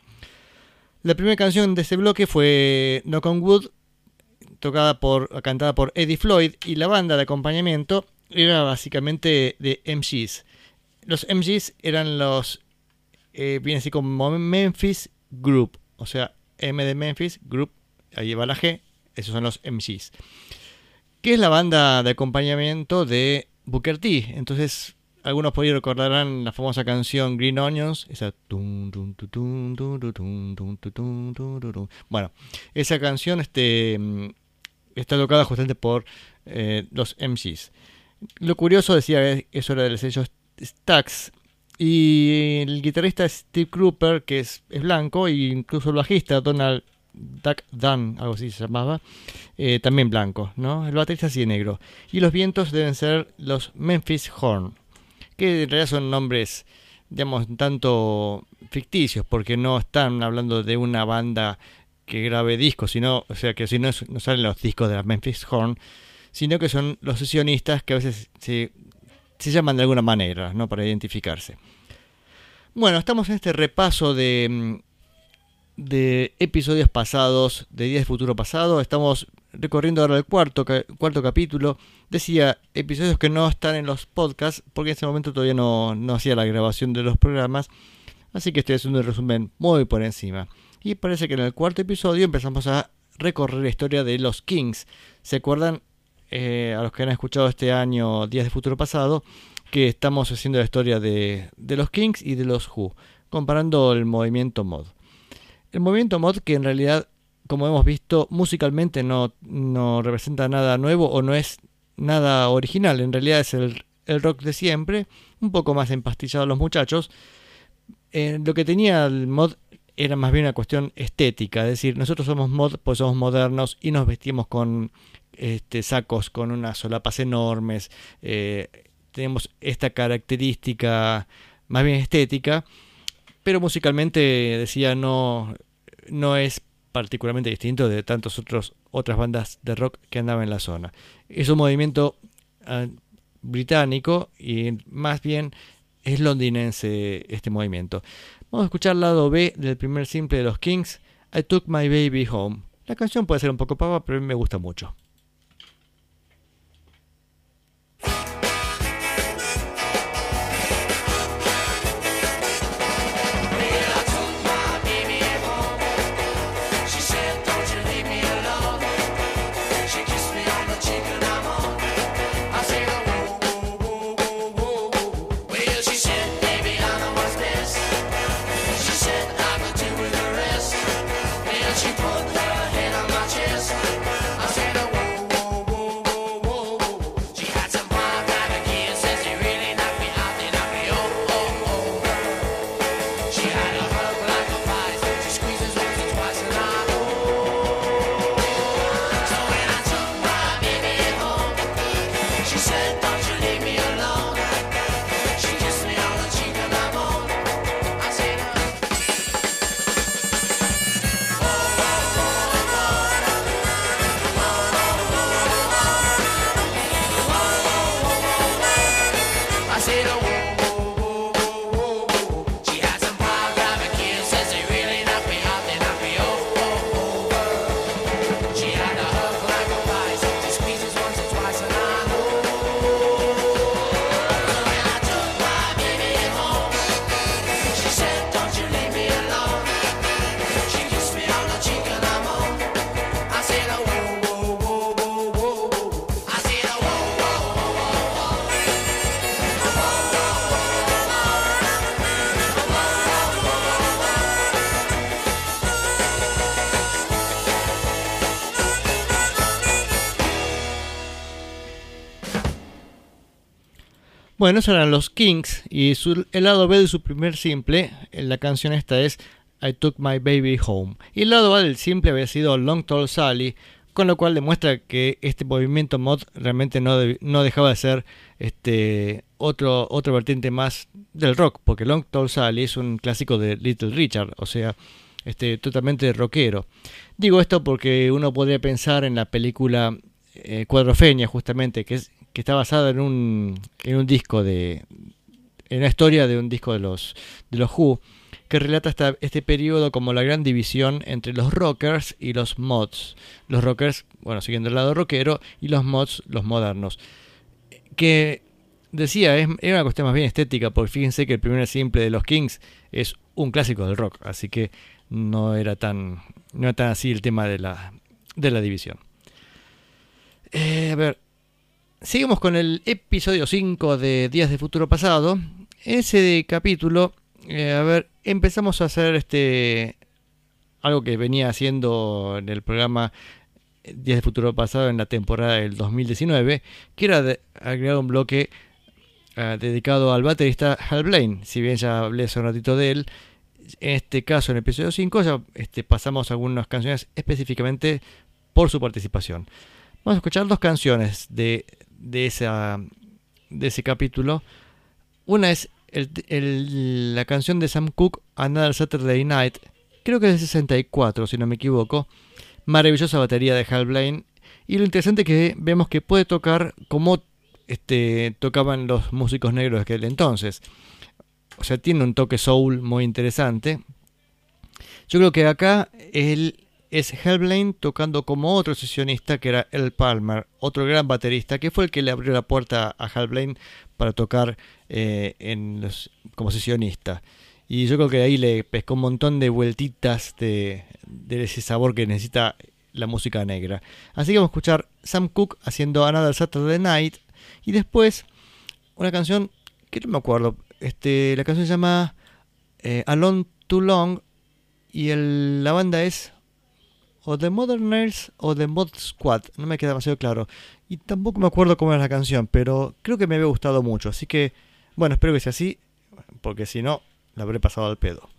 La primera canción de este bloque fue Knock on Wood, tocada por, cantada por Eddie Floyd, y la banda de acompañamiento era básicamente de M Gs. Los M Gs eran los, eh, viene así como Memphis Group, o sea, M de Memphis, Group, ahí va la G, esos son los M Gs, que es la banda de acompañamiento de Booker T. Entonces, algunos por ahí recordarán la famosa canción Green Onions, esa tum, tum, tum, tum, tum, tum, tum, tum, tum, tum, tum. Bueno, esa canción este, está tocada justamente por eh, los M Gs. Lo curioso, decía, eso era del sello Stax, y el guitarrista Steve Cropper, que es, es blanco, e incluso el bajista Donald Duck Dunn, algo así se llamaba, eh, también blanco, ¿no? El baterista sí negro. Y los vientos deben ser los Memphis Horn, que en realidad son nombres, digamos, tanto ficticios, porque no están hablando de una banda que grabe discos, sino, o sea, que si no, no salen los discos de las Memphis Horn, sino que son los sesionistas que a veces se, se llaman de alguna manera, ¿no? Para identificarse. Bueno, estamos en este repaso de, de episodios pasados, de Días de Futuro Pasado. Estamos recorriendo ahora el cuarto, cuarto capítulo. Decía, episodios que no están en los podcasts, porque en ese momento todavía no, no hacía la grabación de los programas, así que estoy haciendo un resumen muy por encima. Y parece que en el cuarto episodio empezamos a recorrer la historia de los Kings. ¿Se acuerdan, eh, a los que han escuchado este año Días de Futuro Pasado, que estamos haciendo la historia de, de los Kings y de los Who, comparando el movimiento mod? El movimiento mod, que en realidad, como hemos visto, musicalmente no, no representa nada nuevo o no es nada original. En realidad es el, el rock de siempre, un poco más empastillado los muchachos. Eh, lo que tenía el mod era más bien una cuestión estética, es decir, nosotros somos mod, pues somos modernos y nos vestimos con este, sacos con unas solapas enormes. Eh, tenemos esta característica más bien estética, pero musicalmente, decía, no, no es particularmente distinto de tantas otros, otras bandas de rock que andaban en la zona. Es un movimiento uh, británico y más bien es londinense este movimiento. Vamos a escuchar el lado B del primer simple de los Kings, I Took My Baby Home. La canción puede ser un poco pava, pero a mí me gusta mucho. She put her head on my chest. I said, oh, Bueno, esos eran los Kings y su, el lado B de su primer simple, la canción esta es I Took My Baby Home. Y el lado A del simple había sido Long Tall Sally, con lo cual demuestra que este movimiento mod realmente no, de, no dejaba de ser este otro, otro vertiente más del rock, porque Long Tall Sally es un clásico de Little Richard, o sea, este, totalmente rockero. Digo esto porque uno podría pensar en la película eh, Cuadrofenia, justamente, que es que está basada en un, en un disco de... en una historia de un disco de los, de los Who, que relata esta, este periodo como la gran división entre los rockers y los mods. Los rockers, bueno, siguiendo el lado rockero, y los mods, los modernos. Que decía, es, era una cuestión más bien estética, porque fíjense que el primer simple de los Kings es un clásico del rock, así que no era tan, no era tan así el tema de la, de la división. Eh, a ver, seguimos con el episodio cinco de Días de Futuro Pasado. En ese capítulo, eh, a ver, empezamos a hacer este algo que venía haciendo en el programa Días de Futuro Pasado en la temporada del dos mil diecinueve, que era de agregar un bloque uh, dedicado al baterista Hal Blaine. Si bien ya hablé hace un ratito de él, en este caso, en el episodio cinco, ya este, pasamos algunas canciones específicamente por su participación. Vamos a escuchar dos canciones de, de, esa, de ese capítulo. Una es el, el, la canción de Sam Cooke, Another Saturday Night, creo que es de sesenta y cuatro, si no me equivoco. Maravillosa batería de Hal Blaine. Y lo interesante es que vemos que puede tocar como este, tocaban los músicos negros de aquel entonces. O sea, tiene un toque soul muy interesante. Yo creo que acá él es Hal Blaine tocando como otro sesionista, que era Earl Palmer, otro gran baterista, que fue el que le abrió la puerta a Hal Blaine para tocar eh, en los, como sesionista. Y yo creo que ahí le pescó un montón de vueltitas de, de ese sabor que necesita la música negra. Así que vamos a escuchar Sam Cooke haciendo Another Saturday Night. Y después una canción que no me acuerdo. Este, la canción se llama eh, Alone Too Long. Y el, la banda es o The Moderners o The Mod Squad. No me queda demasiado claro. Y tampoco me acuerdo cómo era la canción, pero creo que me había gustado mucho. Así que, bueno, espero que sea así, porque si no, la habré pasado al pedo.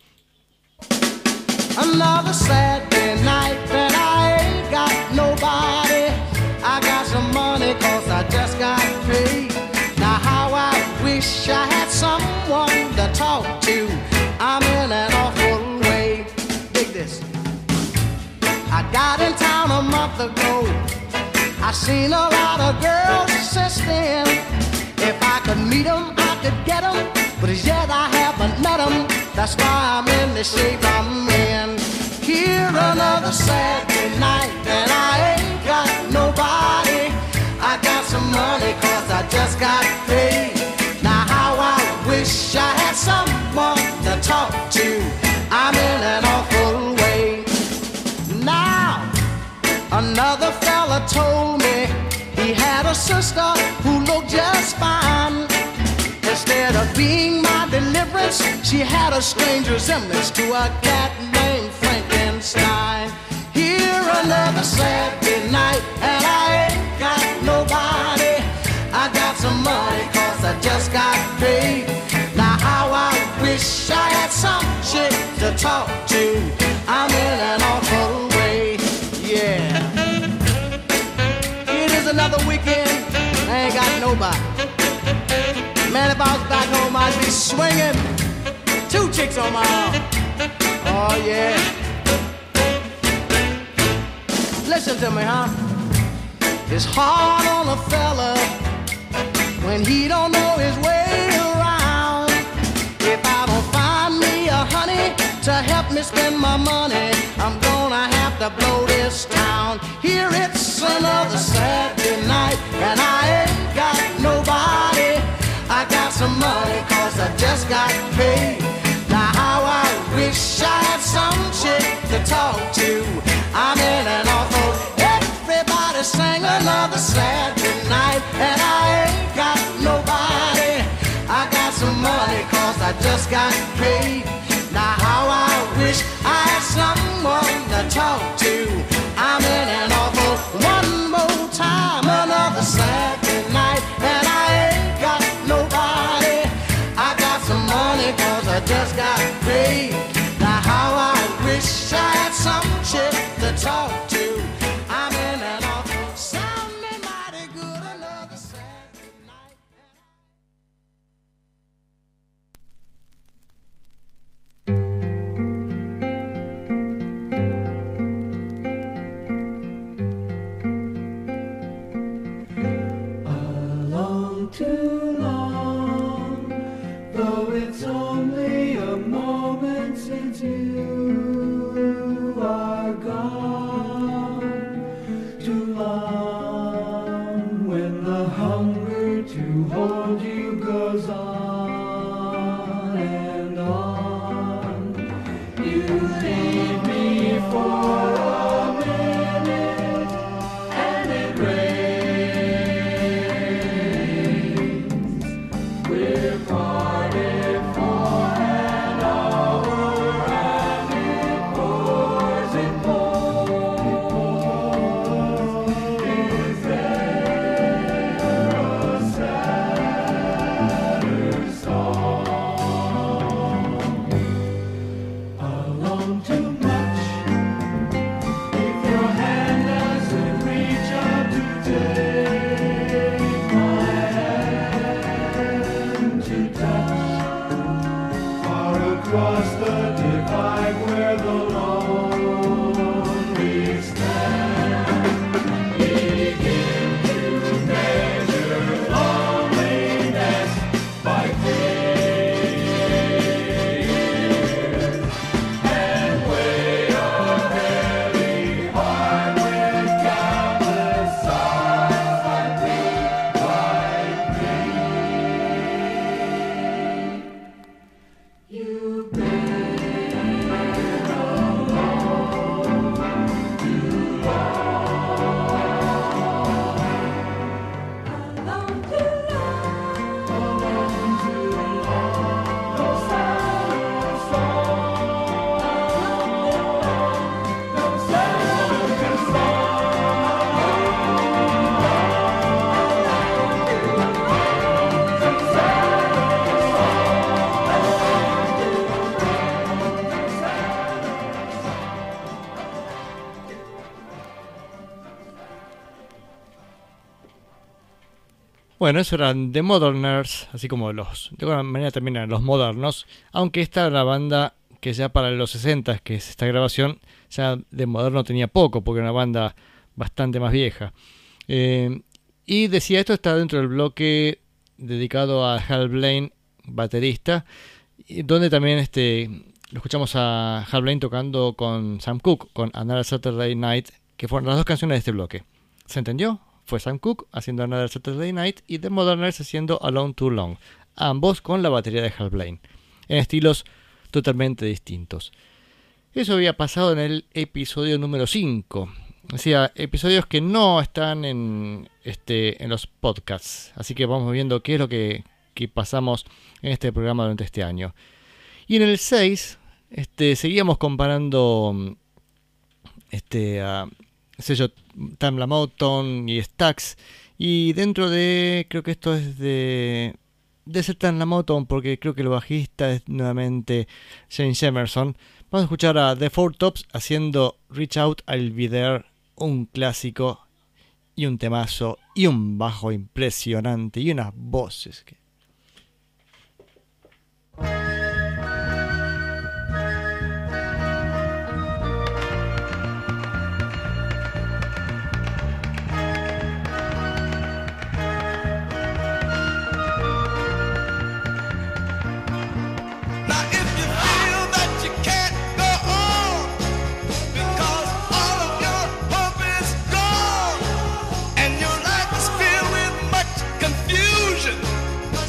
Another Saturday night that I ain't got nobody. I got some money cause I just got paid. Now how I wish I had someone to talk to. I'm in an awful way. Dig this. I got in town a month ago. I seen a lot of girls since then. If I could meet them, I could get them. But as yet I haven't met them. That's why I'm in the shape I'm in. Here another Saturday night and I ain't got nobody. I got some money cause I just got paid. Now how I wish I had someone to talk to. I'm in an awful way. Now another fella told me he had a sister who looked just fine. Instead of being my deliverance, she had a strange resemblance to a cat named Frankenstein. Here another Saturday night and I ain't got nobody. I got some money cause I just got paid. Now how I wish I had some chick to talk to. I'm in an awful way, yeah. It is another weekend, I ain't got nobody. Man, if I was back home, I'd be swinging. Two chicks on my arm. Oh, yeah. Listen to me, huh? It's hard on a fella when he don't know his way around. If I don't find me a honey to help me spend my money, I'm gonna have to blow this town. Here it's another Saturday night and I ain't got nobody. I got some money cause I just got paid. Now how I wish I had some chick to talk to. I'm in an awful. Everybody sang another Saturday night and I ain't got nobody. I got some money cause I just got paid. Now how I wish I had someone to talk to. I'm in an awful. One more time another Saturday night and I ain't got nobody. long, too long, though it's only a moment since you are gone. Too long, when the hunger to hold you goes on and on. You leave me for a minute and it rains. We're parted for an hour and it pours, it pours. Is there a sadder song? Alone too much. If your hand doesn't reach out to take my hand to touch, far across the divide where the lonely stand, begin to measure loneliness by fear, and weigh your heavy heart with countless sighs that weep like me. You've been alone too long. Alone too long. Alone too long. No sadder song. No sadder Bueno, eso eran The Moderners, así como los, de alguna manera también eran los modernos, aunque esta era una banda que ya para los sesenta, que es esta grabación, ya de moderno tenía poco, porque era una banda bastante más vieja. Eh, y decía, esto está dentro del bloque dedicado a Hal Blaine, baterista, y donde también este, lo escuchamos a Hal Blaine tocando con Sam Cooke, con Another Saturday Night, que fueron las dos canciones de este bloque. ¿Se entendió? Fue Sam Cooke haciendo Another Saturday Night y The Moderners haciendo Alone Too Long, ambos con la batería de Hal Blaine, en estilos totalmente distintos. Eso había pasado en el episodio número cinco, o sea, episodios que no están en, este, en los podcasts, así que vamos viendo qué es lo que, que pasamos en este programa durante este año. Y en el seis este, seguíamos comparando este, uh, sello Tamla Motown y Stax, y dentro de, creo que esto es de de ser Tamla Motown, porque creo que el bajista es nuevamente James Emerson. Vamos a escuchar a The Four Tops haciendo Reach Out, I'll Be There, un clásico y un temazo y un bajo impresionante y unas voces que... Now if you feel that you can't go on because all of your hope is gone and your life is filled with much confusion,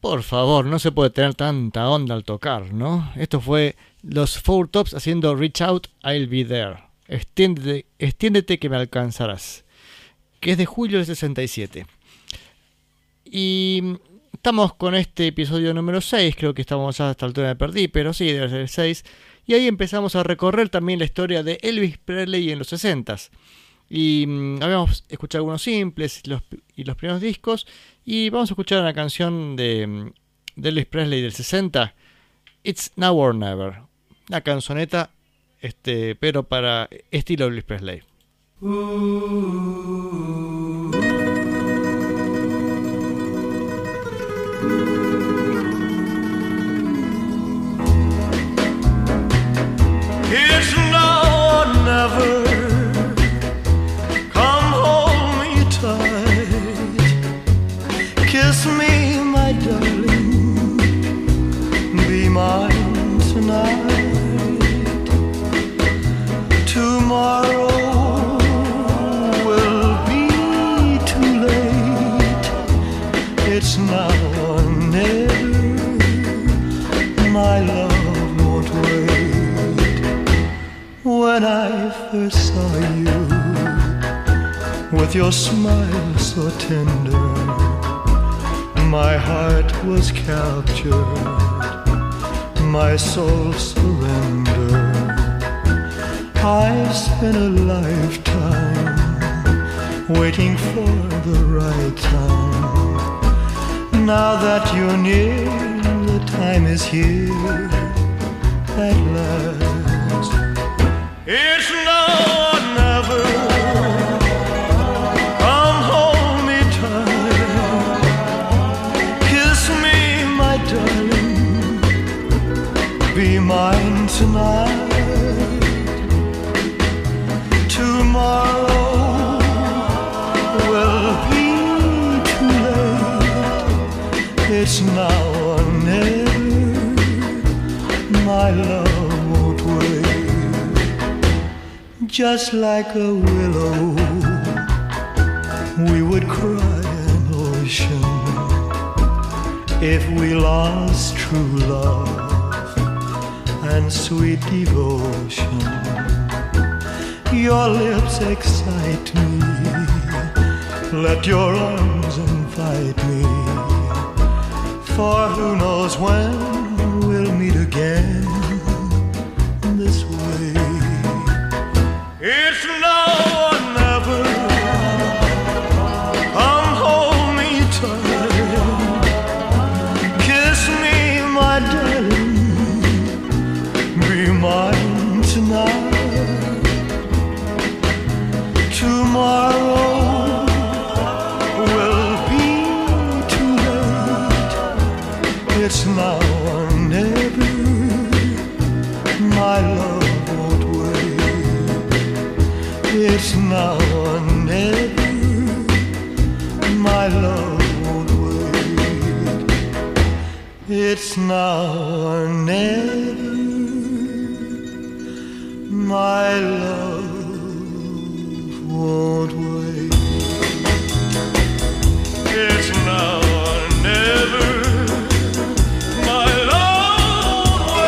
Por favor, no se puede tener tanta onda al tocar, ¿no? Esto fue los Four Tops haciendo Reach Out, I'll Be There. Extiéndete, extiéndete que me alcanzarás. Que es de julio del sesenta y siete. Y estamos con este episodio número seis, creo que estamos ya a esta altura, me perdí, pero sí, debe ser el seis. Y ahí empezamos a recorrer también la historia de Elvis Presley en los sesentas. Y mmm, habíamos escuchado algunos simples los, y los primeros discos. Y vamos a escuchar una canción de, de Elvis Presley del sesenta, It's Now or Never. Una canzoneta, este, pero para estilo Elvis Presley. It's now or never. Come hold me tight. Kiss me, my darling. Be mine tonight. Tomorrow will be too late. It's now or never. My love won't wait. When I first saw you, with your smile so tender, my heart was captured, my soul surrendered. I spent a lifetime waiting for the right time. Now that you're near, the time is here at last. It's now or never. Come hold me tight. Kiss me, my darling. Be mine tonight. Tomorrow will be too late. It's now or never. My love won't wait. Just like a willow, we would cry an ocean if we lost true love and sweet devotion. Your lips excite me, let your arms invite me, for who knows when we'll meet again this way. It's now or never. Come hold me tight. Kiss me, my darling. Be mine tonight. Tomorrow will be too late. It's now or never. My love won't wait. It's now or never. My love won't wait. It's now or never. My love won't wait. It's now or never. My love won't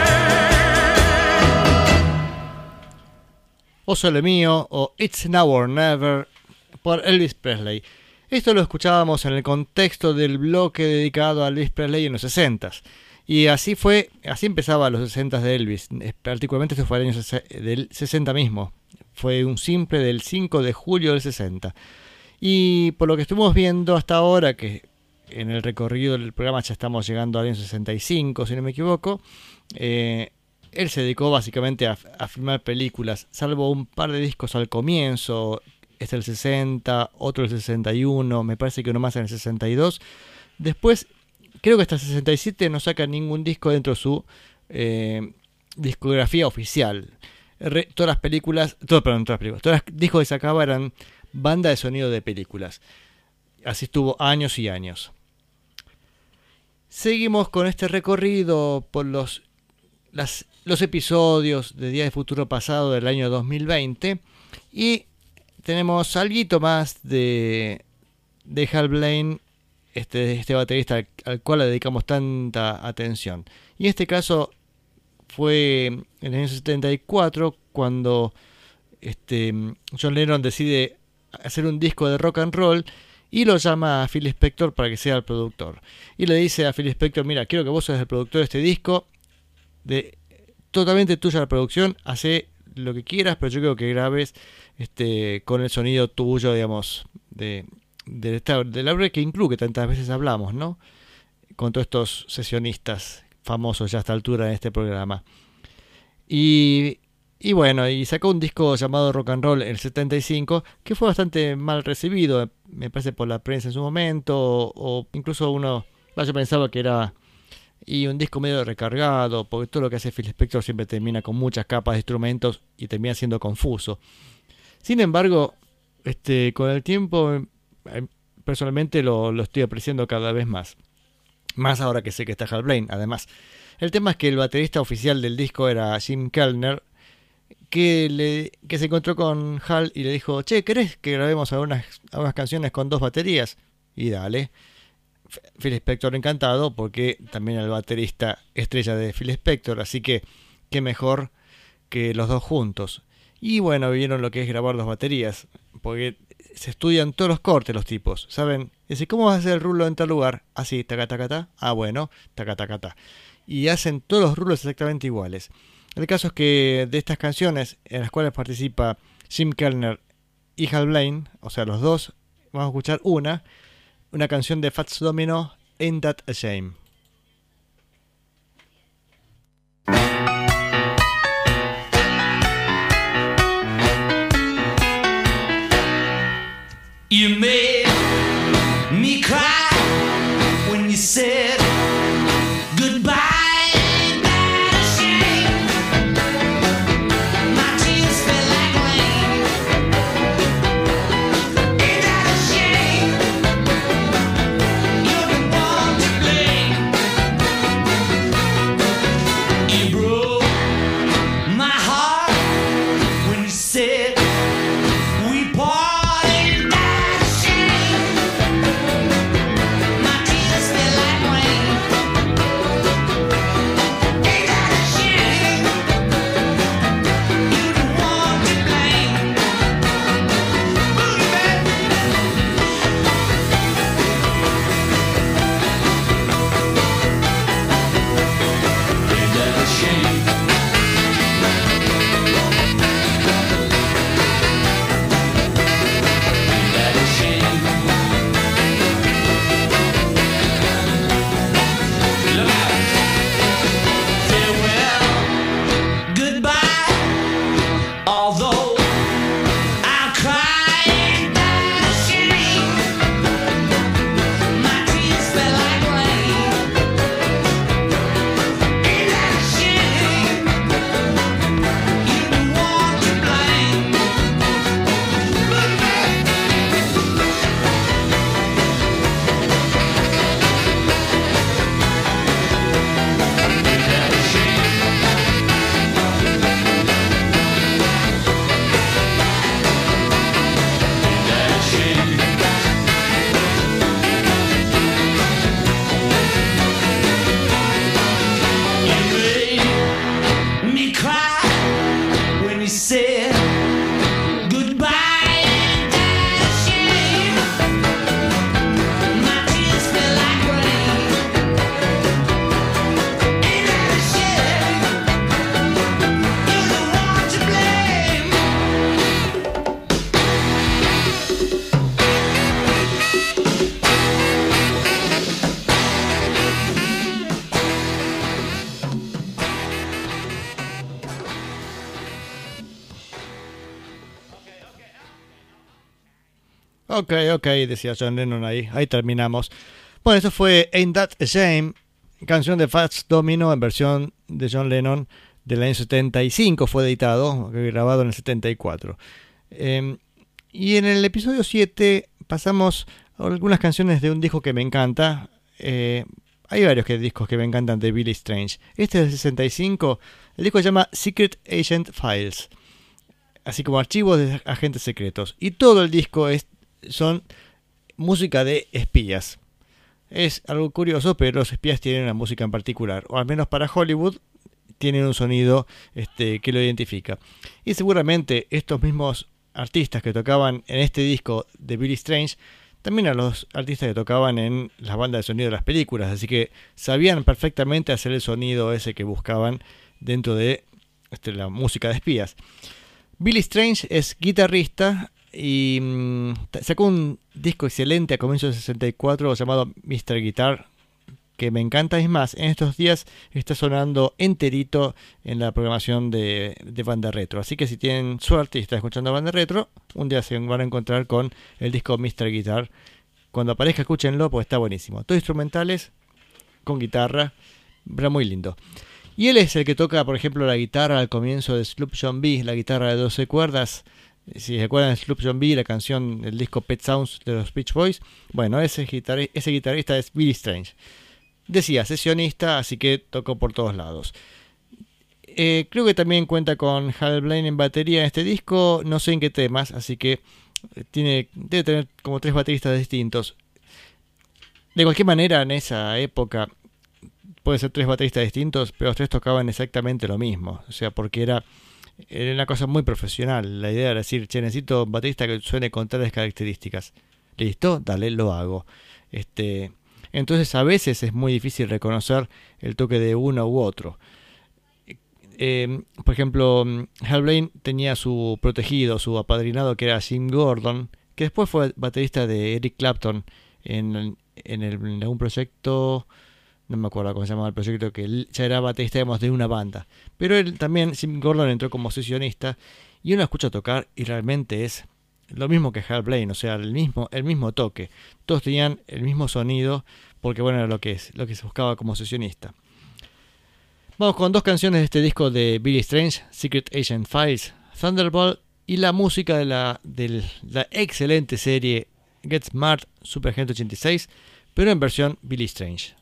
wait. O Sole Mío o It's Now or Never por Elvis Presley. Esto lo escuchábamos en el contexto del bloque dedicado a Elvis Presley en los sesentas. Y así fue, así empezaba los sesentas de Elvis. Particularmente este fue el año del sesenta mismo. Fue un simple del cinco de julio del sesenta. Y por lo que estuvimos viendo hasta ahora, que en el recorrido del programa ya estamos llegando al año sesenta y cinco, si no me equivoco, eh, él se dedicó básicamente a, a filmar películas, salvo un par de discos al comienzo. Este el sesenta, otro el sesenta y uno, me parece que uno más en el sesenta y dos. Después, creo que hasta el sesenta y siete no saca ningún disco dentro de su eh, discografía oficial. Re, todas las películas, todo, perdón, todas las películas, todos los discos que sacaba eran banda de sonido de películas. Así estuvo años y años. Seguimos con este recorrido por los, las, los episodios de Día de Futuro Pasado del año dos mil veinte y tenemos algo más de, de Hal Blaine este, este baterista al, al cual le dedicamos tanta atención. Y en este caso fue en el año setenta y cuatro cuando este, John Lennon decide hacer un disco de rock and roll y lo llama a Phil Spector para que sea el productor. Y le dice a Phil Spector, mira, quiero que vos seas el productor de este disco, de totalmente tuya la producción, hace lo que quieras, pero yo quiero que grabes este, con el sonido tuyo, digamos, de, de, esta, de la obra que incluye, que tantas veces hablamos, ¿no? Con todos estos sesionistas famosos ya a esta altura en este programa. Y, y bueno, y sacó un disco llamado Rock and Roll en el setenta y cinco, que fue bastante mal recibido, me parece, por la prensa en su momento, o, o incluso uno, yo pensaba que era y un disco medio recargado, porque todo lo que hace Phil Spector siempre termina con muchas capas de instrumentos y termina siendo confuso. Sin embargo, este, con el tiempo, personalmente lo, lo estoy apreciando cada vez más. Más ahora que sé que está Hal Blaine, además. El tema es que el baterista oficial del disco era Jim Kellner, que, le, que se encontró con Hal y le dijo, che, ¿querés que grabemos algunas, algunas canciones con dos baterías? Y dale. Phil Spector encantado, porque también el baterista estrella de Phil Spector, así que qué mejor que los dos juntos. Y bueno, vieron lo que es grabar dos baterías, porque se estudian todos los cortes los tipos, ¿saben? Dice, ¿cómo vas a hacer el rulo en tal lugar? Así, taca, taca, taca. Ah, bueno, taca, taca, taca. Y hacen todos los rulos exactamente iguales. El caso es que de estas canciones, en las cuales participa Jim Kellner y Hal Blaine, o sea, los dos, vamos a escuchar una, una canción de Fats Domino, Ain't That a Shame. You made me cry when you said goodbye. Ain't that a shame? My tears fell like rain. Ain't that a shame? You're the one to blame. You broke my heart when you said we part. Ok, ok, decía John Lennon ahí. Ahí terminamos. Bueno, eso fue Ain't That a Shame, canción de Fats Domino en versión de John Lennon del año setenta y cinco. Fue editado, grabado en el setenta y cuatro. Eh, y en el episodio siete pasamos a algunas canciones de un disco que me encanta. Eh, hay varios que, discos que me encantan de Billy Strange. Este es del sesenta y cinco. El disco se llama Secret Agent Files, así como archivos de agentes secretos. Y todo el disco es son música de espías. Es algo curioso, pero los espías tienen una música en particular, o al menos para Hollywood tienen un sonido este, que lo identifica. Y seguramente estos mismos artistas que tocaban en este disco de Billy Strange, también a los artistas que tocaban en las bandas de sonido de las películas, así que sabían perfectamente hacer el sonido ese que buscaban dentro de este, la música de espías. Billy Strange es guitarrista y mmm, sacó un disco excelente a comienzos del sesenta y cuatro llamado mister Guitar, que me encanta. Es más, en estos días está sonando enterito en la programación de, de Banda Retro, así que si tienen suerte y están escuchando Banda Retro, un día se van a encontrar con el disco mister Guitar. Cuando aparezca, escúchenlo, pues está buenísimo. Todos instrumentales con guitarra, pero muy lindo. Y él es el que toca, por ejemplo, la guitarra al comienzo de Sloop John B, la guitarra de doce cuerdas. Si se acuerdan de Sloop John B, la canción del disco Pet Sounds de los Beach Boys, bueno, ese, guitar- ese guitarrista es Billy Strange. Decía, sesionista, así que tocó por todos lados. Eh, creo que también cuenta con Hal Blaine en batería en este disco, no sé en qué temas, así que tiene, debe tener como tres bateristas distintos. De cualquier manera, en esa época puede ser tres bateristas distintos, pero los tres tocaban exactamente lo mismo, o sea, porque era, era una cosa muy profesional. La idea era decir, che, necesito un baterista que suene con tales características. ¿Listo? Dale, lo hago. Este... Entonces a veces es muy difícil reconocer el toque de uno u otro. Eh, por ejemplo, Hal Blaine tenía su protegido, su apadrinado, que era Jim Gordon, que después fue baterista de Eric Clapton en, en, el, en algún proyecto, no me acuerdo cómo se llamaba el proyecto, que él ya era baterista, digamos, de una banda. Pero él también, Jim Gordon, entró como sesionista y uno escucha tocar y realmente es lo mismo que Hal Blaine, o sea, el mismo, el mismo toque. Todos tenían el mismo sonido, porque bueno, era lo que es, lo que se buscaba como sesionista. Vamos con dos canciones de este disco de Billy Strange, Secret Agent Files, Thunderbolt, y la música de la, de la excelente serie Get Smart, Superagente ochenta y seis, pero en versión Billy Strange.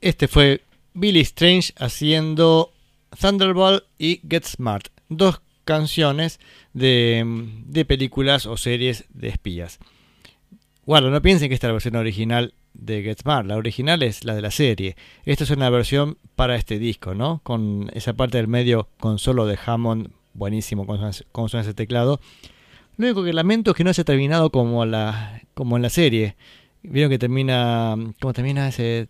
Este fue Billy Strange haciendo Thunderbolt y Get Smart, dos canciones de, de películas o series de espías. Bueno, no piensen que esta es la versión original de Get Smart, la original es la de la serie. Esta es una versión para este disco, ¿no? Con esa parte del medio con solo de Hammond, buenísimo, con, con suena ese teclado. Lo único que lamento es que no se ha terminado como, la, como en la serie. Vieron que termina, ¿cómo termina ese?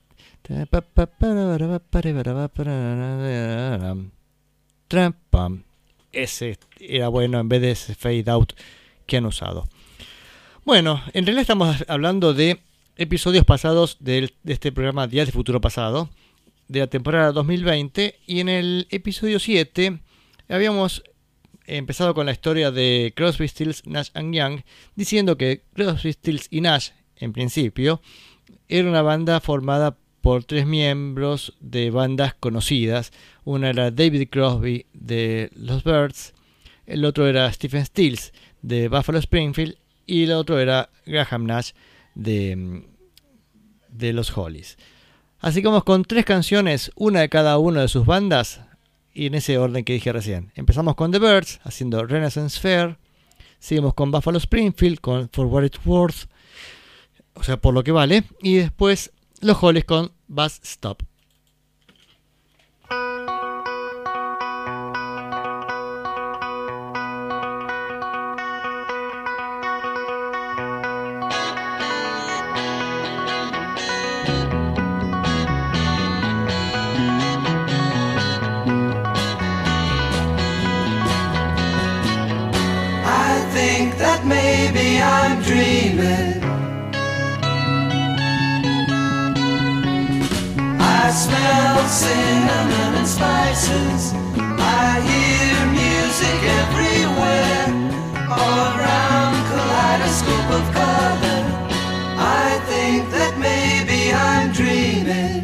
Ese era bueno en vez de ese fade out que han usado. Bueno, en realidad estamos hablando de episodios pasados de, de este programa Días de Futuro Pasado, de la temporada dos mil veinte, y en el episodio siete habíamos empezado con la historia de Crosby, Stills, Nash and Young, diciendo que Crosby, Stills y Nash, en principio, era una banda formada por tres miembros de bandas conocidas. Una era David Crosby de los Byrds, el otro era Stephen Stills de Buffalo Springfield y el otro era Graham Nash de, de los Hollies. Así que vamos con tres canciones, una de cada una de sus bandas, y en ese orden que dije recién. Empezamos con The Byrds haciendo Renaissance Fair, seguimos con Buffalo Springfield con For What It's Worth, o sea, por lo que vale, y después los Hollies con Bus Stop. I think that maybe I'm dreaming. I smell cinnamon and spices. I hear music everywhere. All around, kaleidoscope of color. I think that maybe I'm dreaming.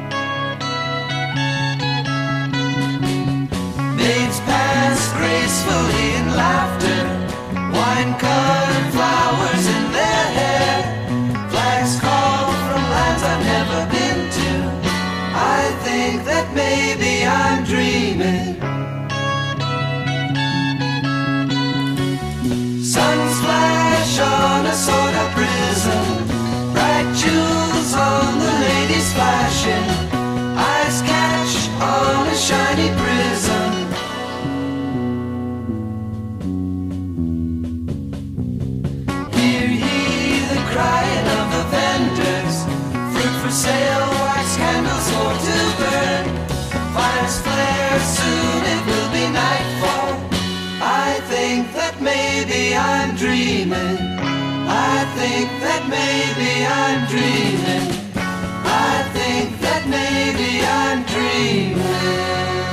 Maids pass gracefully in laughter. Wine-colored flowers in their hair. Flags call from lands I've never been to. I think that maybe I'm dreaming. Sun splash on a soda prism. Bright jewels on the ladies flashing. Eyes catch on a shiny prism. Hear ye the crying of the vendors. Fruit for sale, wax candles for to burn. Fires flare, soon it will be nightfall. I think that maybe I'm dreaming. I think that maybe I'm dreaming. I think that maybe I'm dreaming.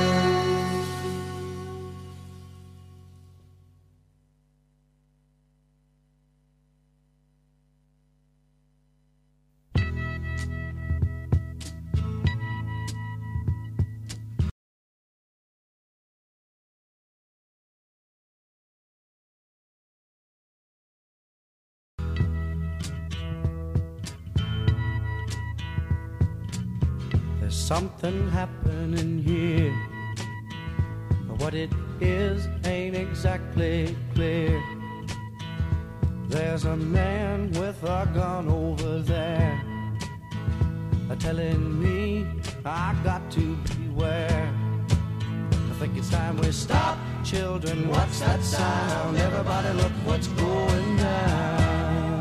There's something happening here. What it is ain't exactly clear. There's a man with a gun over there, telling me I got to beware. I think it's time we stop. Children, what's that sound? Everybody look what's going down.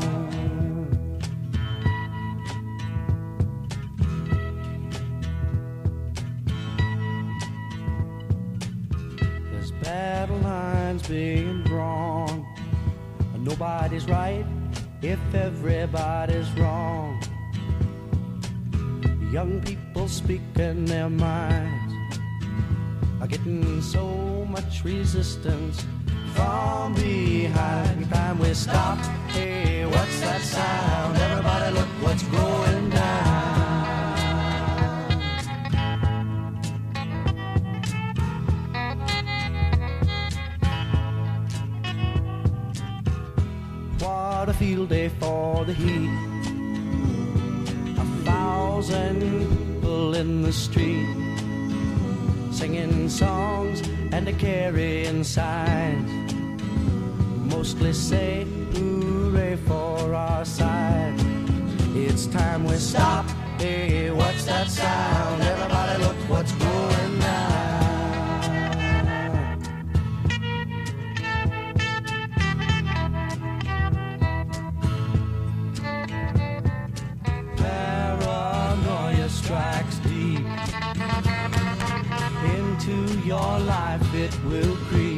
Battle lines being drawn. Nobody's right if everybody's wrong. Young people speaking their minds are getting so much resistance from behind. Time we stop. Hey, what's that sound? Everybody look what's going down. What a field day for the heat. A foul thousand people in the street, singing songs and a carrying signs, mostly say hooray for our side. It's time we stop. Hey, what's that sound? Everybody look what's going on. Paranoia strikes deep into your life, it will creep.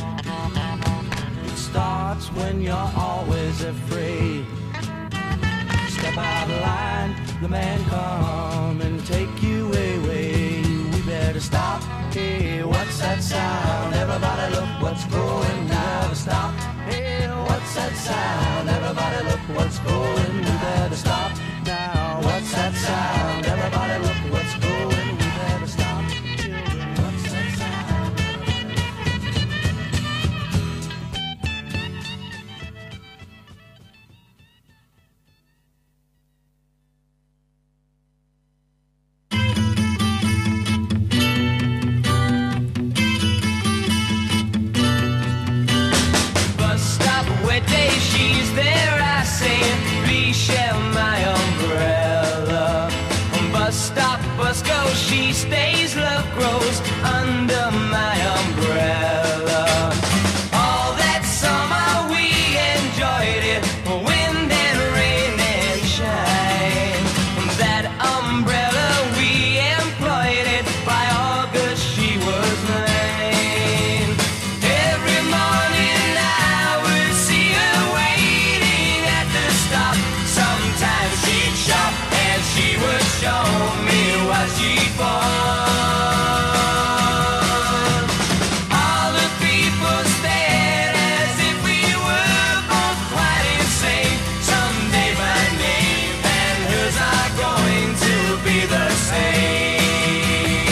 It starts when you're always afraid. Step out of line, the man come and take you away. We better stop. Hey, what's that sound? Everybody look what's going now. Stop. Hey, what's that sound? Everybody look what's going. We better stop now. What's that sound? Everybody look what's going. We better stop. Children, what's that sound? Bus stop where day she's there, I say, please share my umbrella. Bus stop, bus go, she stays, love grows under my umbrella. All that summer we enjoyed it, wind and rain and shine. That umbrella we employed it, by August she was mine. Every morning I would see her waiting at the stop. Sometimes she'd shop and she would show me what she bought. All the people stared as if we were both quite insane. Someday my name and hers are going to be the same.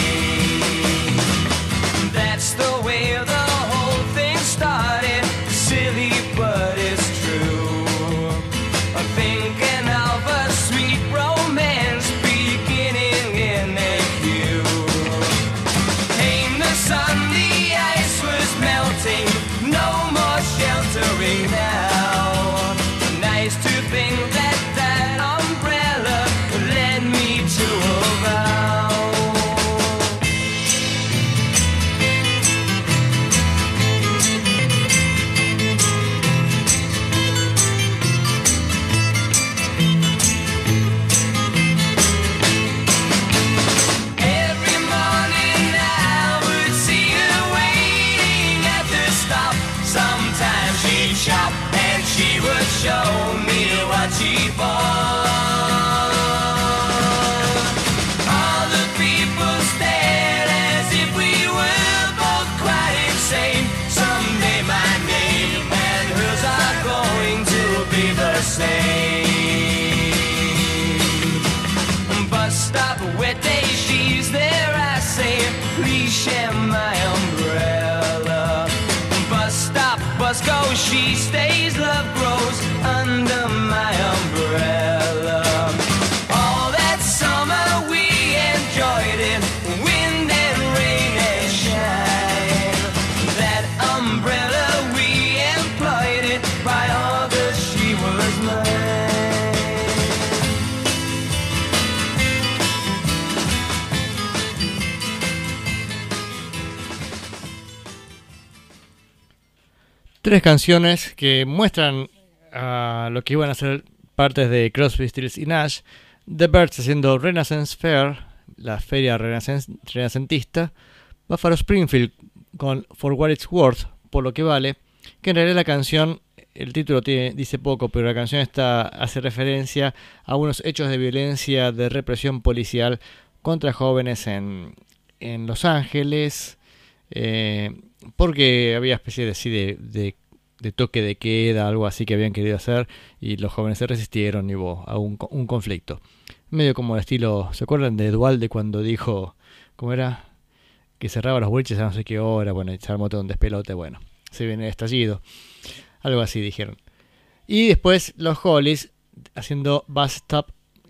That's the way the whole thing started. Silly, but it's true. I'm thinking of a sweet romance beginning in a queue. Came the sun, the ice was melting, no more sheltering now. Nice to think that that umbrella led me to a vow. Every morning I would see her waiting at the stop. Sometimes she'd shop and she would show me what she bought. All the people stared as if we were both quite insane. Someday my name and hers are going to be the same. Bus stop, wet day, she's there, I say, please share my umbrella. Bus stop, bus go, she stays, love grows under my umbrella. All that summer we enjoyed it, wind and rain and shine. That umbrella we employed it, by August she was mine. Tres canciones que muestran a lo que iban a ser partes de Crosby, Stills y Nash. The Byrds haciendo Renaissance Fair, la feria renacen- renacentista. Buffalo Springfield con For What It's Worth, por lo que vale. Que en realidad la canción, el título tiene, dice poco, pero la canción esta hace referencia a unos hechos de violencia, de represión policial contra jóvenes en, en Los Ángeles. Eh, porque había especie de, sí, de, de, de toque de queda, algo así que habían querido hacer, y los jóvenes se resistieron y hubo a un, un conflicto. Medio como el estilo, ¿se acuerdan de Dualde cuando dijo, cómo era? Que cerraba los boliches a no sé qué hora, bueno, y se armó todo un despelote, bueno, se viene el estallido, algo así dijeron. Y después los Hollies haciendo Bus Stop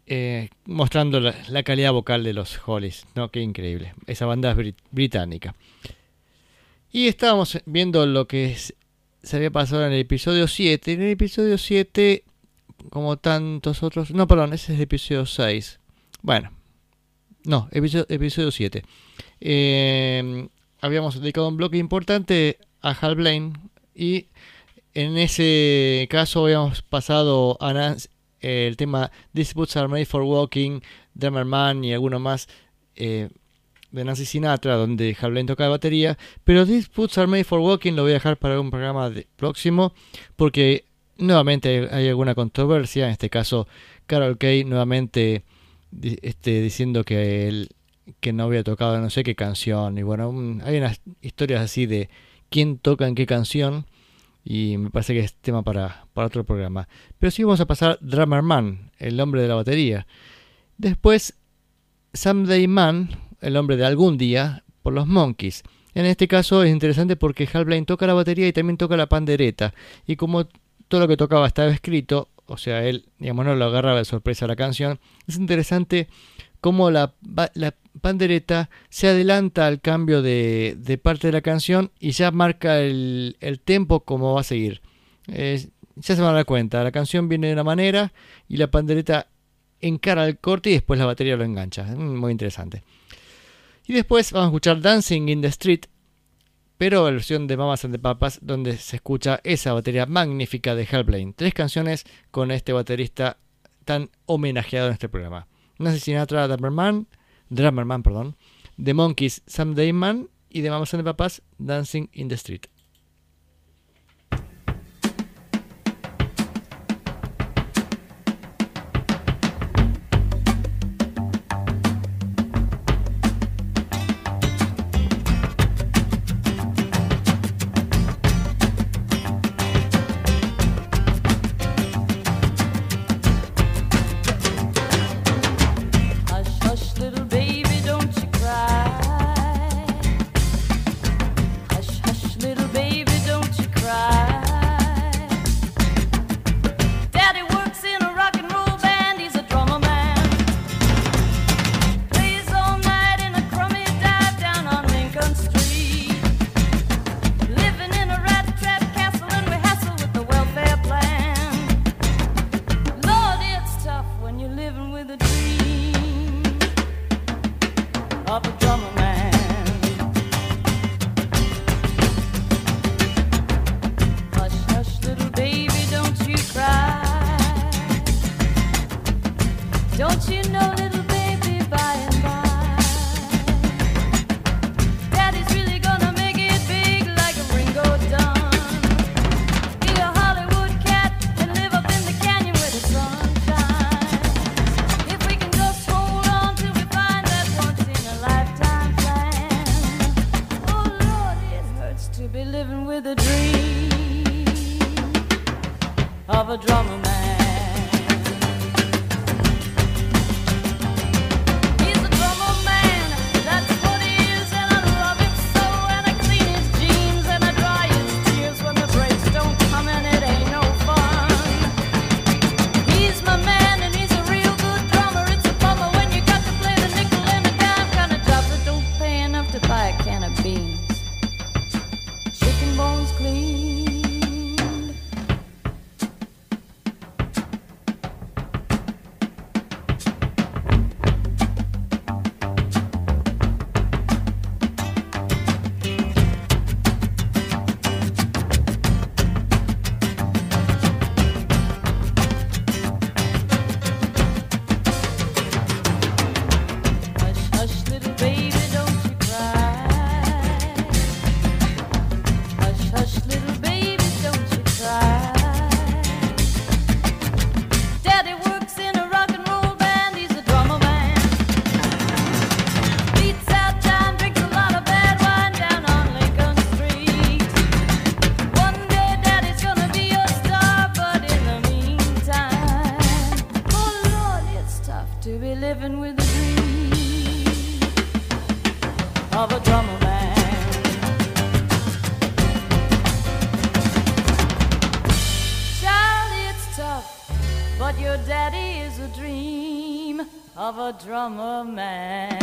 eh, mostrando la, la calidad vocal de los Hollies, ¿no? Qué increíble. Esa banda es brit- británica. Y estábamos viendo lo que es, se había pasado en el episodio siete. En el episodio siete, como tantos otros... No, perdón, ese es el episodio seis. Bueno, no, episodio, episodio siete. Eh, habíamos dedicado un bloque importante a Hal Blaine. Y en ese caso habíamos pasado a Nancy, eh, el tema These Boots Are Made for Walking, Drummer Man y alguno más... Eh, de Nancy Sinatra, donde Hal Blaine toca la batería, pero These Boots Are Made for Walking lo voy a dejar para un programa de, próximo, porque nuevamente hay, hay alguna controversia, en este caso Carol Kay nuevamente di, este, diciendo que él que no había tocado no sé qué canción, y bueno, un, hay unas historias así de quién toca en qué canción, y me parece que es tema para, para otro programa. Pero sí vamos a pasar Drummer Man, el hombre de la batería. Después Someday Man, el hombre de algún día, por los Monkees. En este caso es interesante porque Hal Blaine toca la batería y también toca la pandereta. Y como todo lo que tocaba estaba escrito, o sea, él, digamos, no lo agarraba de sorpresa la canción, es interesante cómo la, la pandereta se adelanta al cambio de, de parte de la canción y ya marca el, el tempo como va a seguir. Eh, ya se van a dar cuenta, la canción viene de una manera y la pandereta encara el corte y después la batería lo engancha. Muy interesante. Y después vamos a escuchar Dancing in the Street, pero versión de Mamas and the Papas, donde se escucha esa batería magnífica de Hal Blaine. Tres canciones con este baterista tan homenajeado en este programa. Nancy Sinatra, Drummer Man, Drummer Man, perdón, The Monkees, Someday Man, y de Mamas and the Papas, Dancing in the Street. But your daddy is a dream of a drummer man.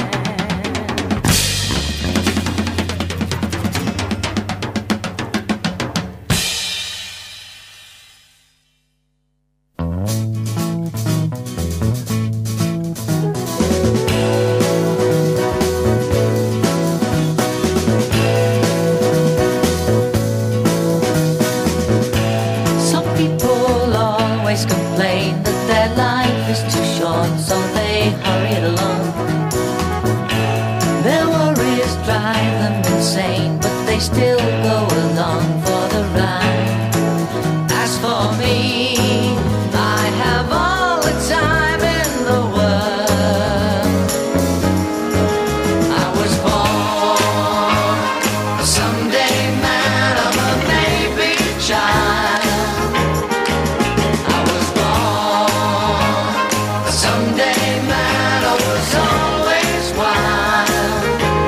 Complain that their life is too short, so they hurry it along. Their worries drive them insane, but they still go along for the ride. As for me, I have all the time in the world. I was born a someday man, I'm a maybe child. Someday man, I was always wild.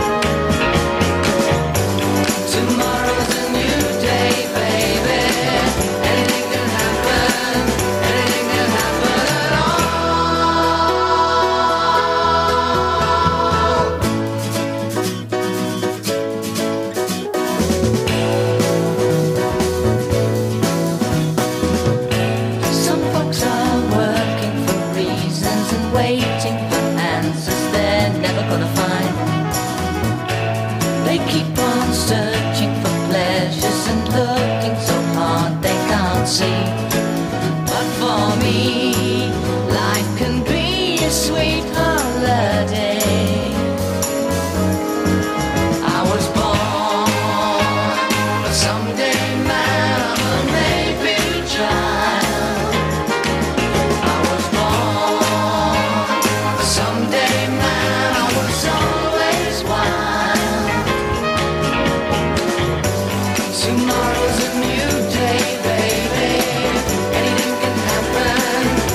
Tomorrow's a new day, baby. Anything can happen, anything can happen at all. Some folks are working for reasons and waiting for answers they're never gonna find. They keep on searching for pleasures and looking so hard they can't see. But for me, life can be a sweet holiday. I was born a someday man, I'm a maybe child. I was born someday man, I was always wild. Tomorrow's a new day, baby. Anything can happen,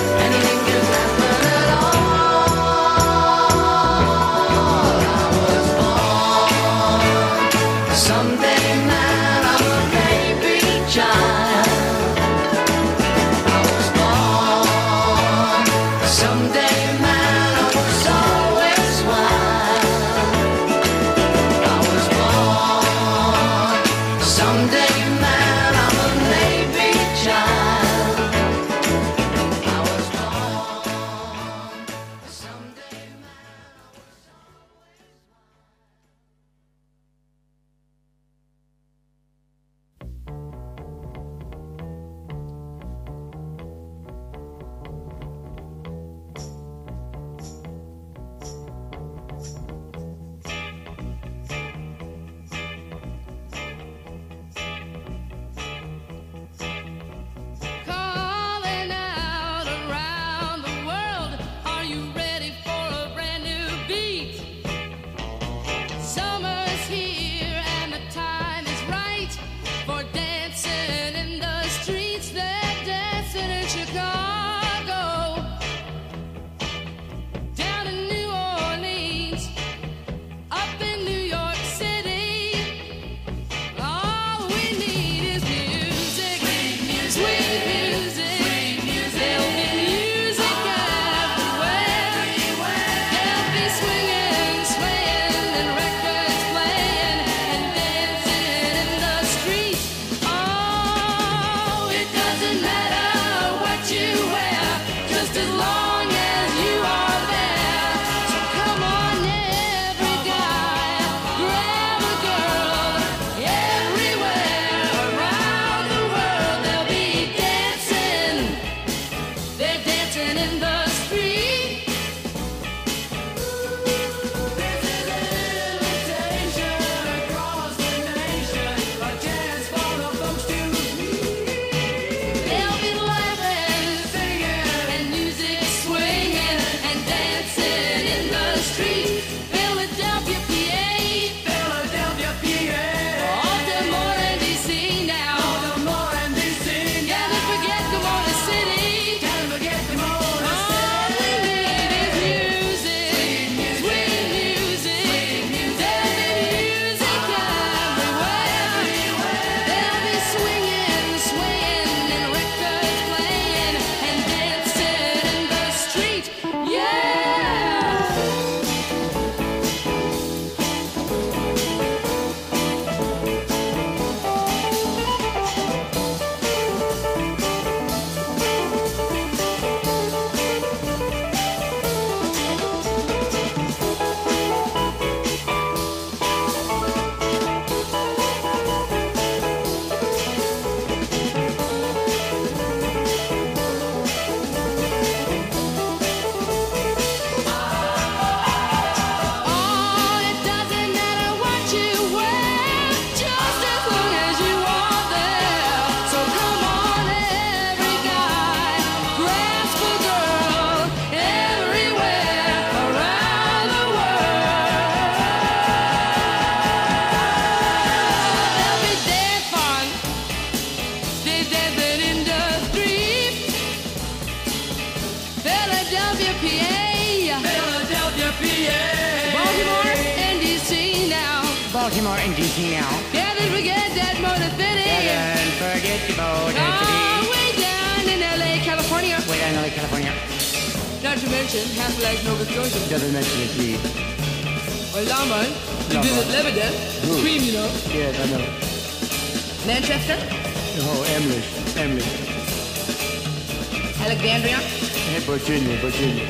P A. Philadelphia, P A. Baltimore and D C now. Baltimore and D C now. Yeah, don't forget that Motor City. Yeah, don't forget the Motor Oh, City. way down in L A, California. Way down in L A, California. Not to mention Half Life Nova Scotia. Doesn't mention it, please. Well, Lombard, to Lombard. visit Lebanon. Good. Cream, you know. Yes, I know. Manchester. Oh, Emily, Emily. Alexandria. Hey, Virginia, Virginia.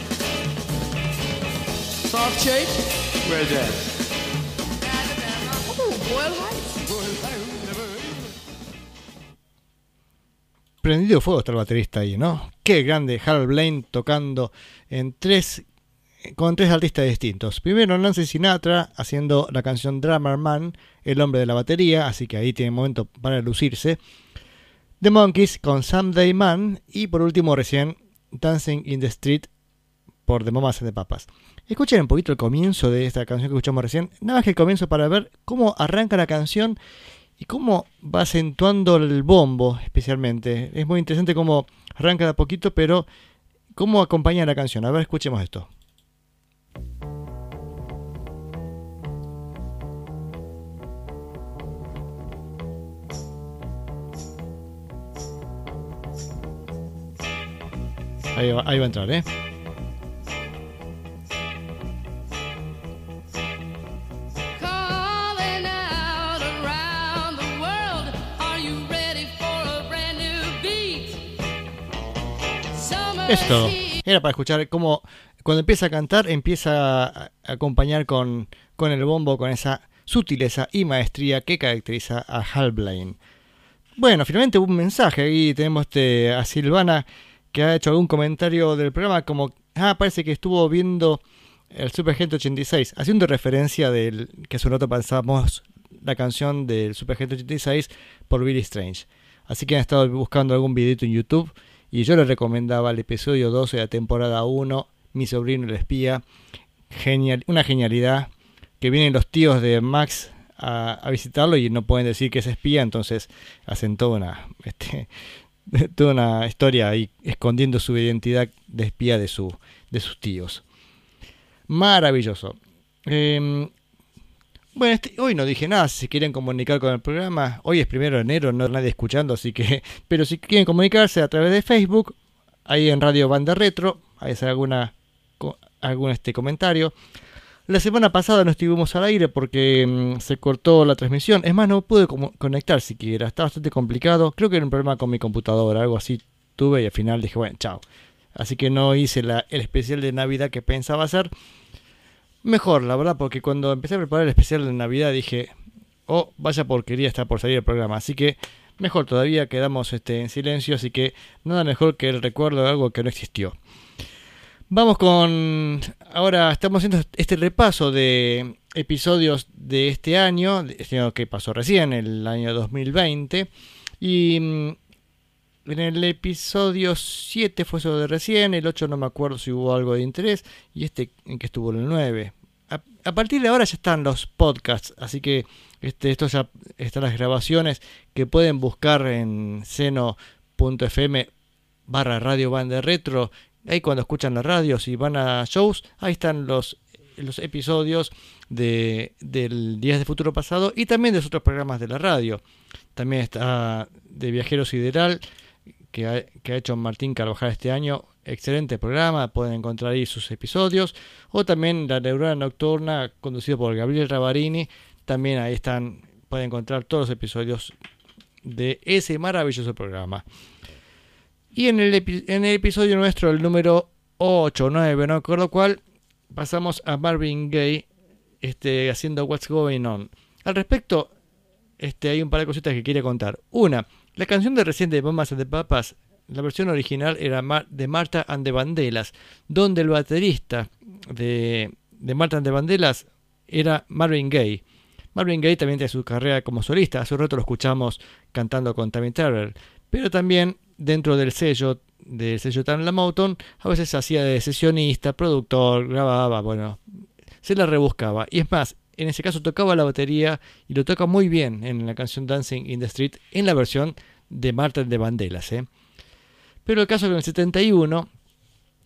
Falls Church. Where's that? Oh, Boyle Heights. Prendido fuego está el baterista ahí, ¿no? Qué grande, Harold Blaine tocando en tres, con tres artistas distintos. Primero Nancy Sinatra haciendo la canción Drummer Man, el hombre de la batería, así que ahí tiene momento para lucirse. The Monkees con Someday Man y por último recién Dancing in the Street por The Mamas and the Papas. Escuchen un poquito el comienzo de esta canción que escuchamos recién, nada más que el comienzo para ver cómo arranca la canción y cómo va acentuando el bombo especialmente. Es muy interesante cómo arranca de a poquito, pero cómo acompaña la canción. A ver, escuchemos esto. Ahí va, ahí va a entrar, ¿eh? Calling out around the world. Are you ready for a brand new beat? Summer Esto heat. era para escuchar cómo cuando empieza a cantar empieza a acompañar con, con el bombo, con esa sutileza y maestría que caracteriza a Hal Blaine. Bueno, finalmente hubo un mensaje. Ahí tenemos este, a Silvana que ha hecho algún comentario del programa como, ah, parece que estuvo viendo el Superagente ochenta y seis, haciendo referencia del que hace un rato pasamos la canción del Superagente ochenta y seis por Billy Strange. Así que han estado buscando algún videito en YouTube y yo les recomendaba el episodio doce de la temporada uno, Mi sobrino el espía. Genial, una genialidad, que vienen los tíos de Max a, a visitarlo y no pueden decir que es espía, entonces hacen toda una... Este, toda una historia ahí escondiendo su identidad de espía de, su, de sus tíos. Maravilloso. Eh, bueno, este, hoy no dije nada. Si se quieren comunicar con el programa, hoy es primero de enero, no hay nadie escuchando, así que, pero si quieren comunicarse a través de Facebook, ahí en Radio Banda Retro, ahí hacer alguna algún este comentario. La semana pasada no estuvimos al aire porque mmm, se cortó la transmisión. Es más, no pude como conectar siquiera. Está bastante complicado. Creo que era un problema con mi computadora. Algo así tuve y al final dije, bueno, chao. Así que no hice la, el especial de Navidad que pensaba hacer. Mejor, la verdad, porque cuando empecé a preparar el especial de Navidad dije, oh, vaya porquería, está por salir el programa. Así que mejor todavía, quedamos este, en silencio. Así que nada mejor que el recuerdo de algo que no existió. Vamos con... Ahora estamos haciendo este repaso de episodios de este año, este año que pasó recién, el año dos mil veinte. Y en el episodio siete fue eso de recién, el ocho no me acuerdo si hubo algo de interés, y este en que estuvo el nueve. A, a partir de ahora ya están los podcasts, así que este, esto ya están las grabaciones que pueden buscar en seno.fm barra Radio Banda Retro. Ahí cuando escuchan la radio, si van a shows, ahí están los, los episodios de, del Días de Futuro Pasado y también de los otros programas de la radio. También está de Viajero Sideral, que ha, que ha hecho Martín Carvajal este año. Excelente programa, pueden encontrar ahí sus episodios. O también La Neurona Nocturna, conducido por Gabriel Ravarini. También ahí están, pueden encontrar todos los episodios de ese maravilloso programa. Y en el, epi- en el episodio nuestro, el número ocho o nueve, no recuerdo cuál, pasamos a Marvin Gaye este, haciendo What's Going On. Al respecto, este, hay un par de cositas que quiero contar. Una, la canción de recién de Mamas and the Papas, la versión original era Mar- de Martha and the Vandellas, donde el baterista de, de Martha and the Vandellas era Marvin Gaye. Marvin Gaye también tiene su carrera como solista, hace un rato lo escuchamos cantando con Tammy Terrell, pero también dentro del sello, del sello Tamla Motown, a veces hacía de sesionista, productor, grababa, bueno, se la rebuscaba. Y es más, en ese caso tocaba la batería y lo toca muy bien en la canción Dancing in the Street, en la versión de Martha and the Vandellas, ¿eh? Pero el caso que en el setenta y uno,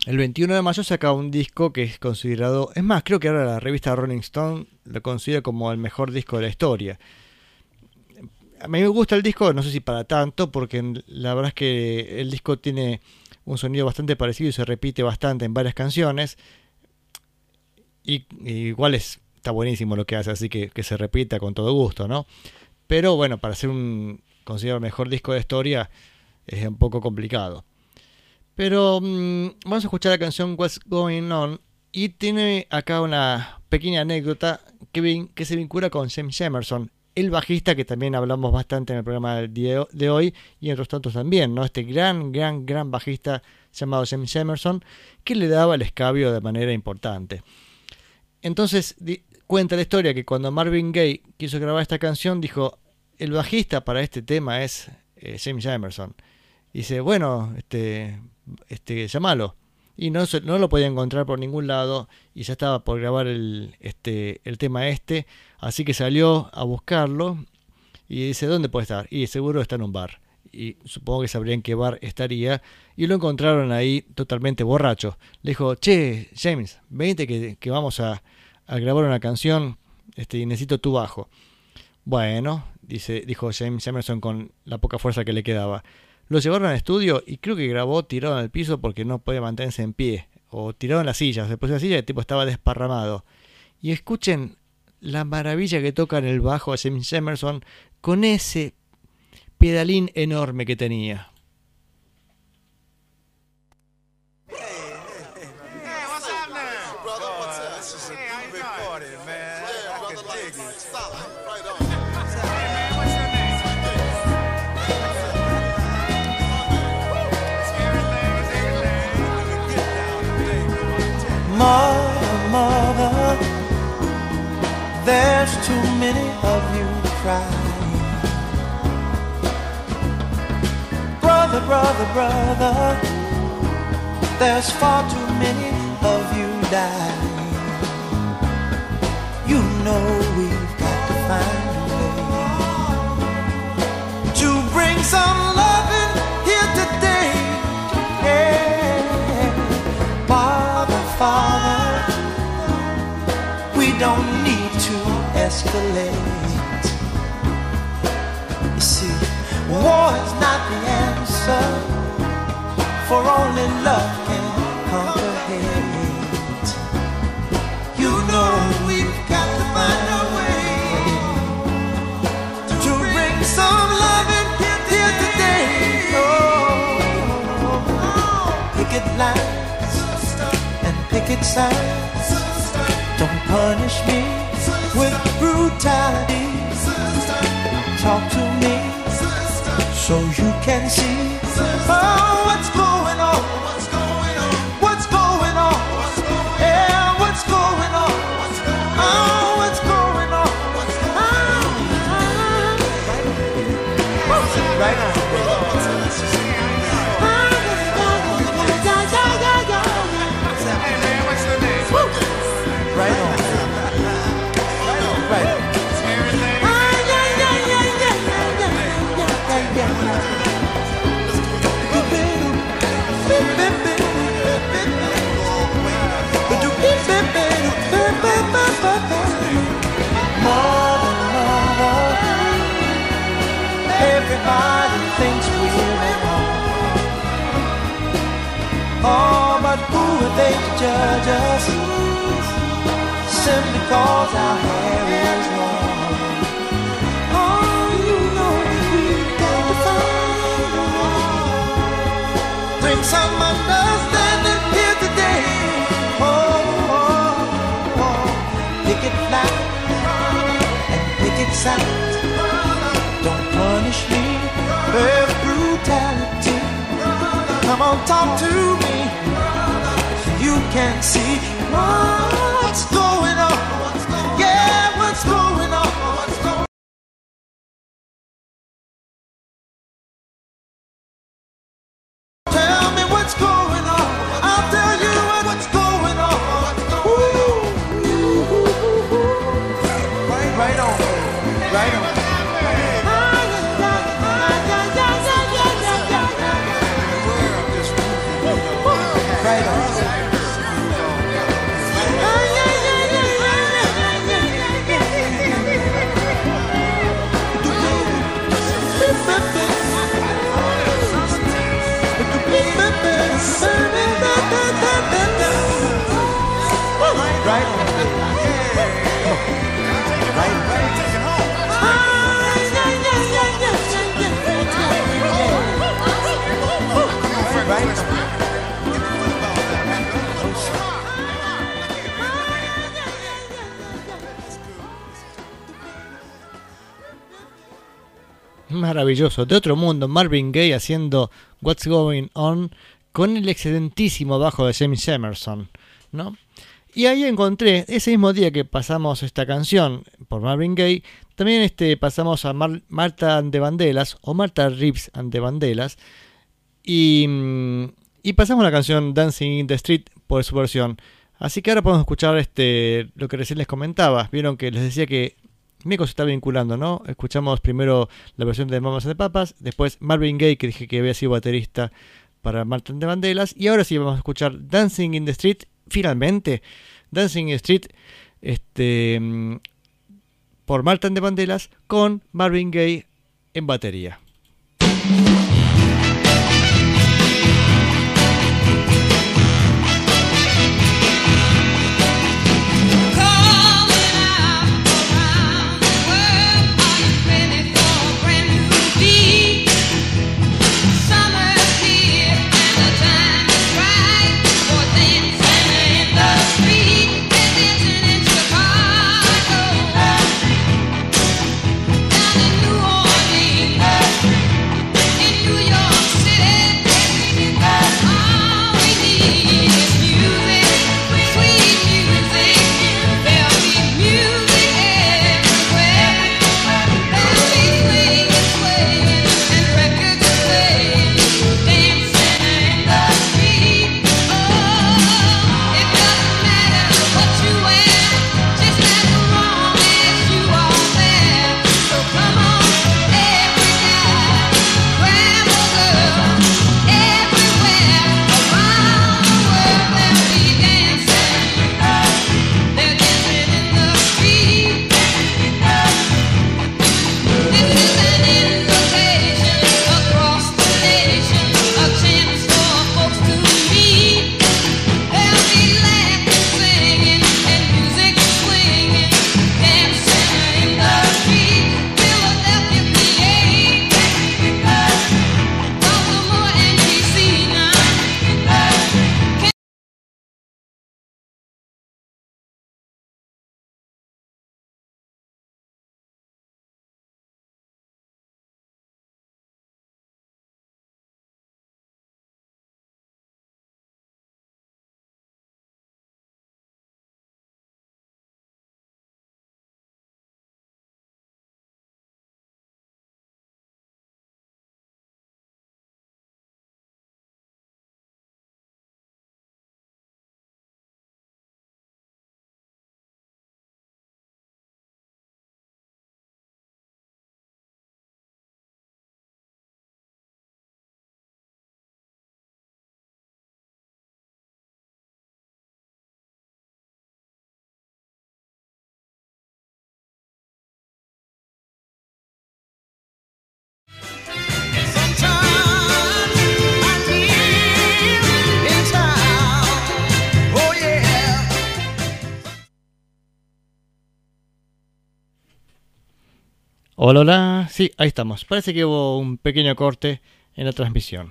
el veintiuno de mayo saca un disco que es considerado, es más, creo que ahora la revista Rolling Stone lo considera como el mejor disco de la historia. A mí me gusta el disco, no sé si para tanto, porque la verdad es que el disco tiene un sonido bastante parecido y se repite bastante en varias canciones. Y, y igual es, está buenísimo lo que hace, así que, que se repita con todo gusto, ¿no? Pero bueno, para ser un considerado el mejor disco de la historia es un poco complicado. Pero mmm, vamos a escuchar la canción What's Going On. Y tiene acá una pequeña anécdota que, vin, que se vincula con James Emerson, el bajista que también hablamos bastante en el programa del día de hoy y en otros tantos también, ¿no? Este gran, gran, gran bajista llamado James Emerson que le daba el escabio de manera importante. Entonces di, cuenta la historia que cuando Marvin Gaye quiso grabar esta canción dijo, el bajista para este tema es eh, James Emerson. Y dice, bueno, este, este, llámalo. Y no, no lo podía encontrar por ningún lado y ya estaba por grabar el, este, el tema este, así que salió a buscarlo y dice, ¿dónde puede estar? Y seguro está en un bar. Y supongo que sabrían qué bar estaría y lo encontraron ahí totalmente borracho. Le dijo, che, James, venite que, que vamos a, a grabar una canción este, y necesito tu bajo. Bueno, dice, dijo James Emerson con la poca fuerza que le quedaba. Lo llevaron al estudio y creo que grabó tirado en el piso porque no podía mantenerse en pie. O tirado en la silla. Se puso en la silla y el tipo estaba desparramado. Y escuchen la maravilla que toca en el bajo a James Emerson con ese pedalín enorme que tenía. Mother, mother, there's too many of you crying. Brother, brother, brother, there's far too many of you dying. You know we've got to find a way to bring some loving here today. Yeah. Father, Father, we don't need to escalate. You see, war is not the answer, for only love can conquer hate. You know we've got to find a way to bring some love in here today. Oh, picket lines and picket signs, don't punish me with brutality. Talk to me so you can see. Oh, what's going on? What's going on? What's going on? Yeah, what's going on? Oh, what's going on? Ah, right now. Right on. Right on. Right on. Everybody thinks we're wrong. Oh, but who are they to judge us? Simply cause our hair is long. Oh, you know we've got to find a way. Bring some understanding here today. Oh, oh, oh. Picket line and picket sign. Don't punish me with brutality. Come on, talk to me so you can see what's going on. Yeah, what's going on? What's going on? Tell me what's going on. I'll tell you what's going on. Ooh. Right on, right on. Right on. Maravilloso, de otro mundo, Marvin Gaye haciendo What's Going On con el excelentísimo bajo de James Emerson, ¿no? Y ahí encontré, ese mismo día que pasamos esta canción por Marvin Gaye, también este, pasamos a Mar- Martha and the Vandellas, o Martha Reeves and the Vandellas, y, y pasamos la canción Dancing in the Street por su versión. Así que ahora podemos escuchar este, lo que recién les comentaba. Vieron que les decía que Mico se está vinculando, ¿no? Escuchamos primero la versión de Mamas and the Papas, después Marvin Gaye, que dije que había sido baterista para Martha and the Vandellas, y ahora sí vamos a escuchar Dancing in the Street, finalmente, Dancing in the Street, este, por Martha and the Vandellas, con Marvin Gaye en batería. Hola, hola. Sí, ahí estamos. Parece que hubo un pequeño corte en la transmisión.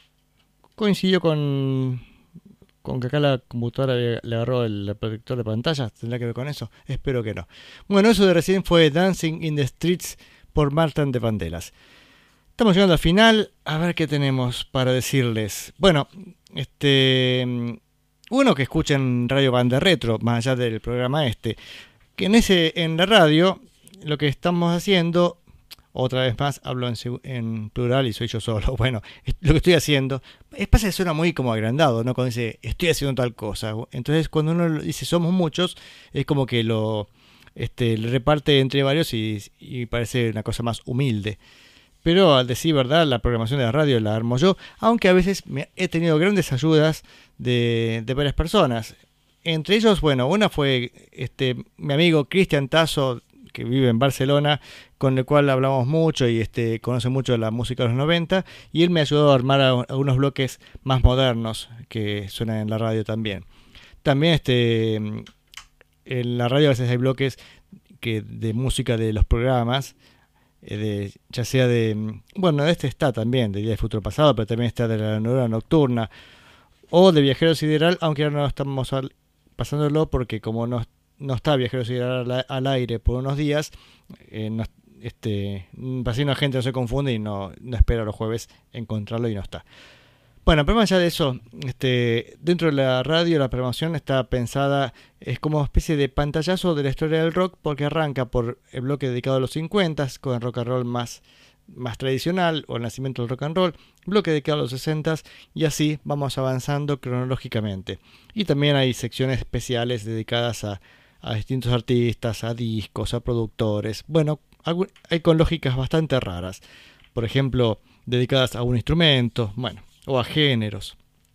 Coincidió con, con que acá la computadora le, le agarró el protector de pantalla. ¿Tendrá que ver con eso? Espero que no. Bueno, eso de recién fue Dancing in the Streets por Martha and the Vandellas. Estamos llegando al final. A ver qué tenemos para decirles. Bueno, este... uno que escuchen Radio Banda Retro, más allá del programa este, que en ese en la radio lo que estamos haciendo, otra vez más hablo en, en plural y soy yo solo, bueno, lo que estoy haciendo, es pasa que suena muy como agrandado, ¿no? Cuando dice estoy haciendo tal cosa, entonces cuando uno dice somos muchos, es como que lo este, le reparte entre varios y, y parece una cosa más humilde. Pero al decir verdad, la programación de la radio la armo yo, aunque a veces me he tenido grandes ayudas de, de varias personas. Entre ellos, bueno, una fue este mi amigo Cristian Tasso, que vive en Barcelona, con el cual hablamos mucho y este conoce mucho la música de los noventa, y él me ayudó a armar a- algunos bloques más modernos que suenan en la radio también. También este en la radio a veces hay bloques que de música de los programas, eh, de, ya sea de, bueno, este está también, de Día de Futuro Pasado, pero también está de la Neurona Nocturna, o de Viajero Sideral, aunque ahora no estamos al- pasándolo porque como no, no está Viajero Sideral al, al aire por unos días, eh, no, este, así la gente no se confunde y no, no espera los jueves encontrarlo y no está. Bueno, pero más allá de eso, este, dentro de la radio la programación está pensada, es como una especie de pantallazo de la historia del rock, porque arranca por el bloque dedicado a los cincuenta, con el rock and roll más, más tradicional, o el nacimiento del rock and roll, bloque dedicado a los sesenta, y así vamos avanzando cronológicamente. Y también hay secciones especiales dedicadas a, a distintos artistas, a discos, a productores, bueno, algu- hay con lógicas bastante raras, por ejemplo, dedicadas a un instrumento, bueno, o a géneros.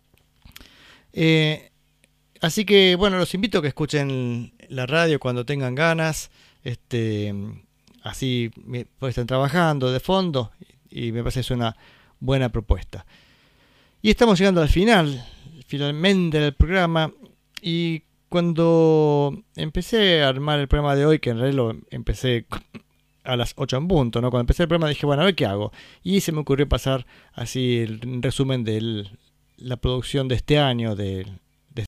Eh, así que bueno, los invito a que escuchen la radio cuando tengan ganas, este, así me- pues están trabajando de fondo y me parece que es una buena propuesta. Y estamos llegando al final, finalmente del programa, y cuando empecé a armar el programa de hoy, que en realidad lo empecé a las ocho en punto, ¿no? Cuando empecé el programa dije, bueno, a ver qué hago. Y se me ocurrió pasar así el resumen de la producción de este año, de, de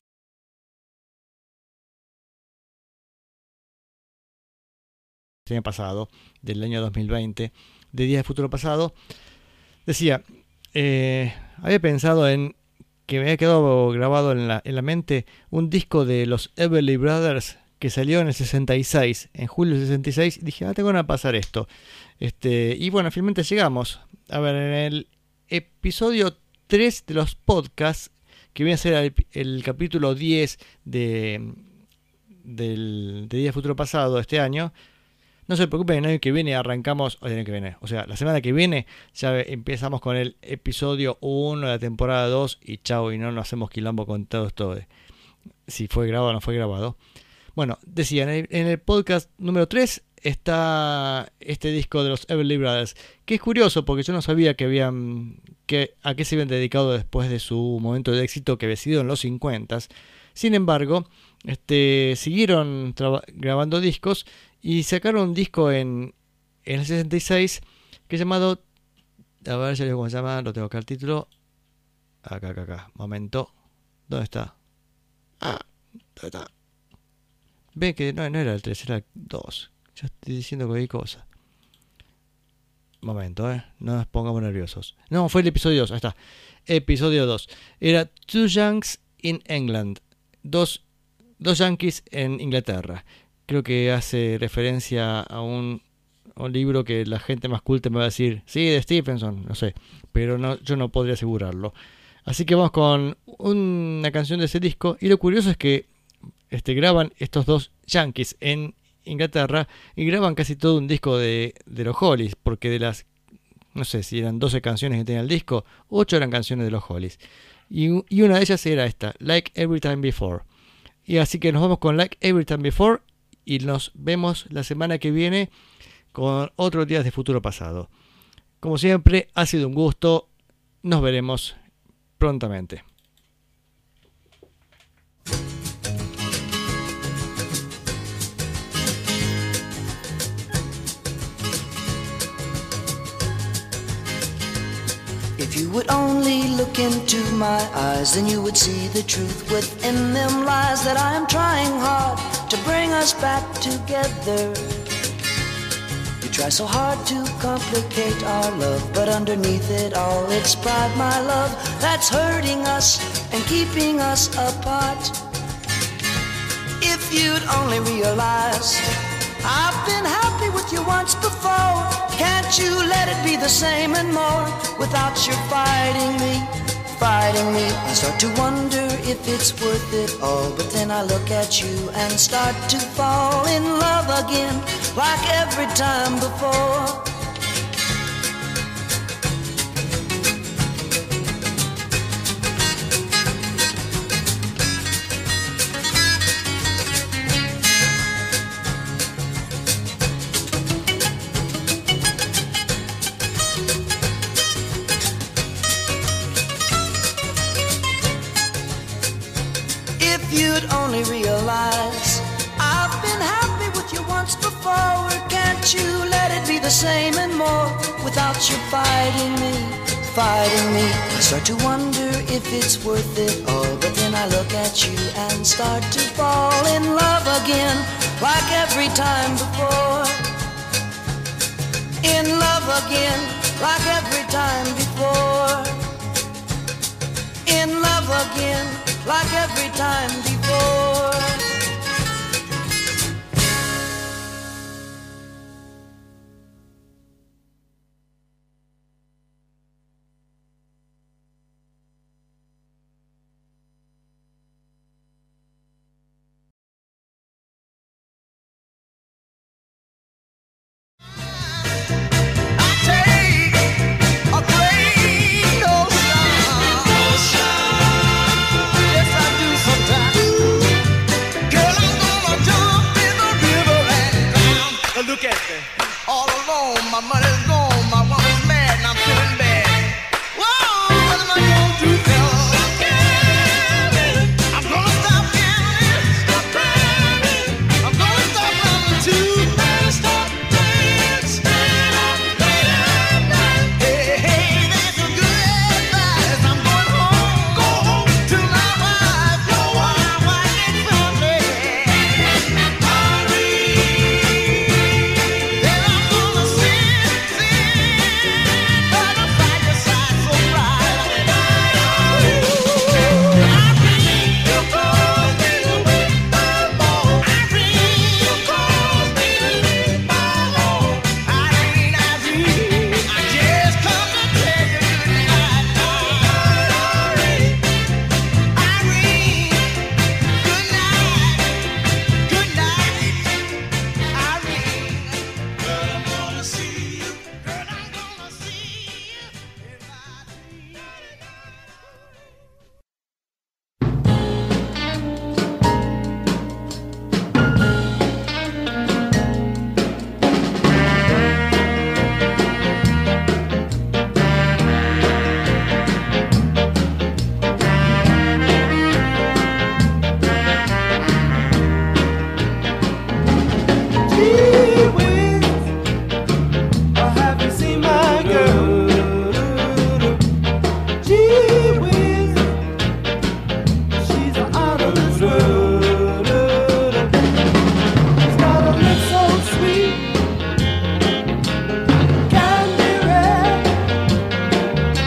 este año pasado, del año dos mil veinte, de Días de Futuro Pasado. Decía, eh, había pensado en que me había quedado grabado en la, en la mente un disco de los Everly Brothers que salió en el sesenta y seis, en julio del sesenta y seis, y dije, ah, tengo que pasar esto. Este, y bueno, finalmente llegamos. A ver, en el episodio tres de los podcasts, que viene a ser el, el capítulo diez de, del, de Día de Futuro Pasado de este año, no se preocupen, el año que viene arrancamos, o el año que viene, o sea, la semana que viene ya empezamos con el episodio uno de la temporada dos, y chao, y no nos hacemos quilombo con todo esto de si fue grabado o no fue grabado. Bueno, decía, en el, en el podcast número tres está este disco de los Everly Brothers, que es curioso porque yo no sabía que habían que, a qué se habían dedicado después de su momento de éxito que había sido en los cincuenta. Sin embargo, este, siguieron traba- grabando discos y sacaron un disco en, en el sesenta y seis que es llamado, a ver, ya les digo cómo se llama, lo tengo acá el título, acá, acá, acá, momento, ¿dónde está? Ah, ¿dónde está? Ve que no, no era el tres, era el dos. Yo estoy diciendo cualquier cosa. Momento, eh. No nos pongamos nerviosos. No, fue el episodio dos. Ahí está. Episodio dos. Era Two Yanks in England. Dos, dos yankees en Inglaterra. Creo que hace referencia a un, a un libro que la gente más culta me va a decir, sí, de Stephenson, no sé. Pero no, yo no podría asegurarlo. Así que vamos con una canción de ese disco. Y lo curioso es que Este, graban estos dos yankees en Inglaterra y graban casi todo un disco de, de los Hollies, porque de las, no sé si eran doce canciones que tenía el disco, ocho eran canciones de los Hollies. Y, y una de ellas era esta, Like Every Time Before. Y así que nos vamos con Like Every Time Before y nos vemos la semana que viene con otros días de Futuro Pasado. Como siempre, ha sido un gusto. Nos veremos prontamente. If you would only look into my eyes, then you would see the truth within them lies, that I am trying hard to bring us back together. You try so hard to complicate our love, but underneath it all it's pride, my love, that's hurting us and keeping us apart. If you'd only realize I've been happy with you once before. Can't you let it be the same and more without you fighting me, fighting me? I start to wonder if it's worth it all, but then I look at you and start to fall in love again, like every time before. If you'd only realize I've been happy with you once before. Can't you let it be the same and more without you fighting me, fighting me? I start to wonder if it's worth it all, but then I look at you and start to fall in love again, like every time before. In love again, like every time before. In love again, like every time before.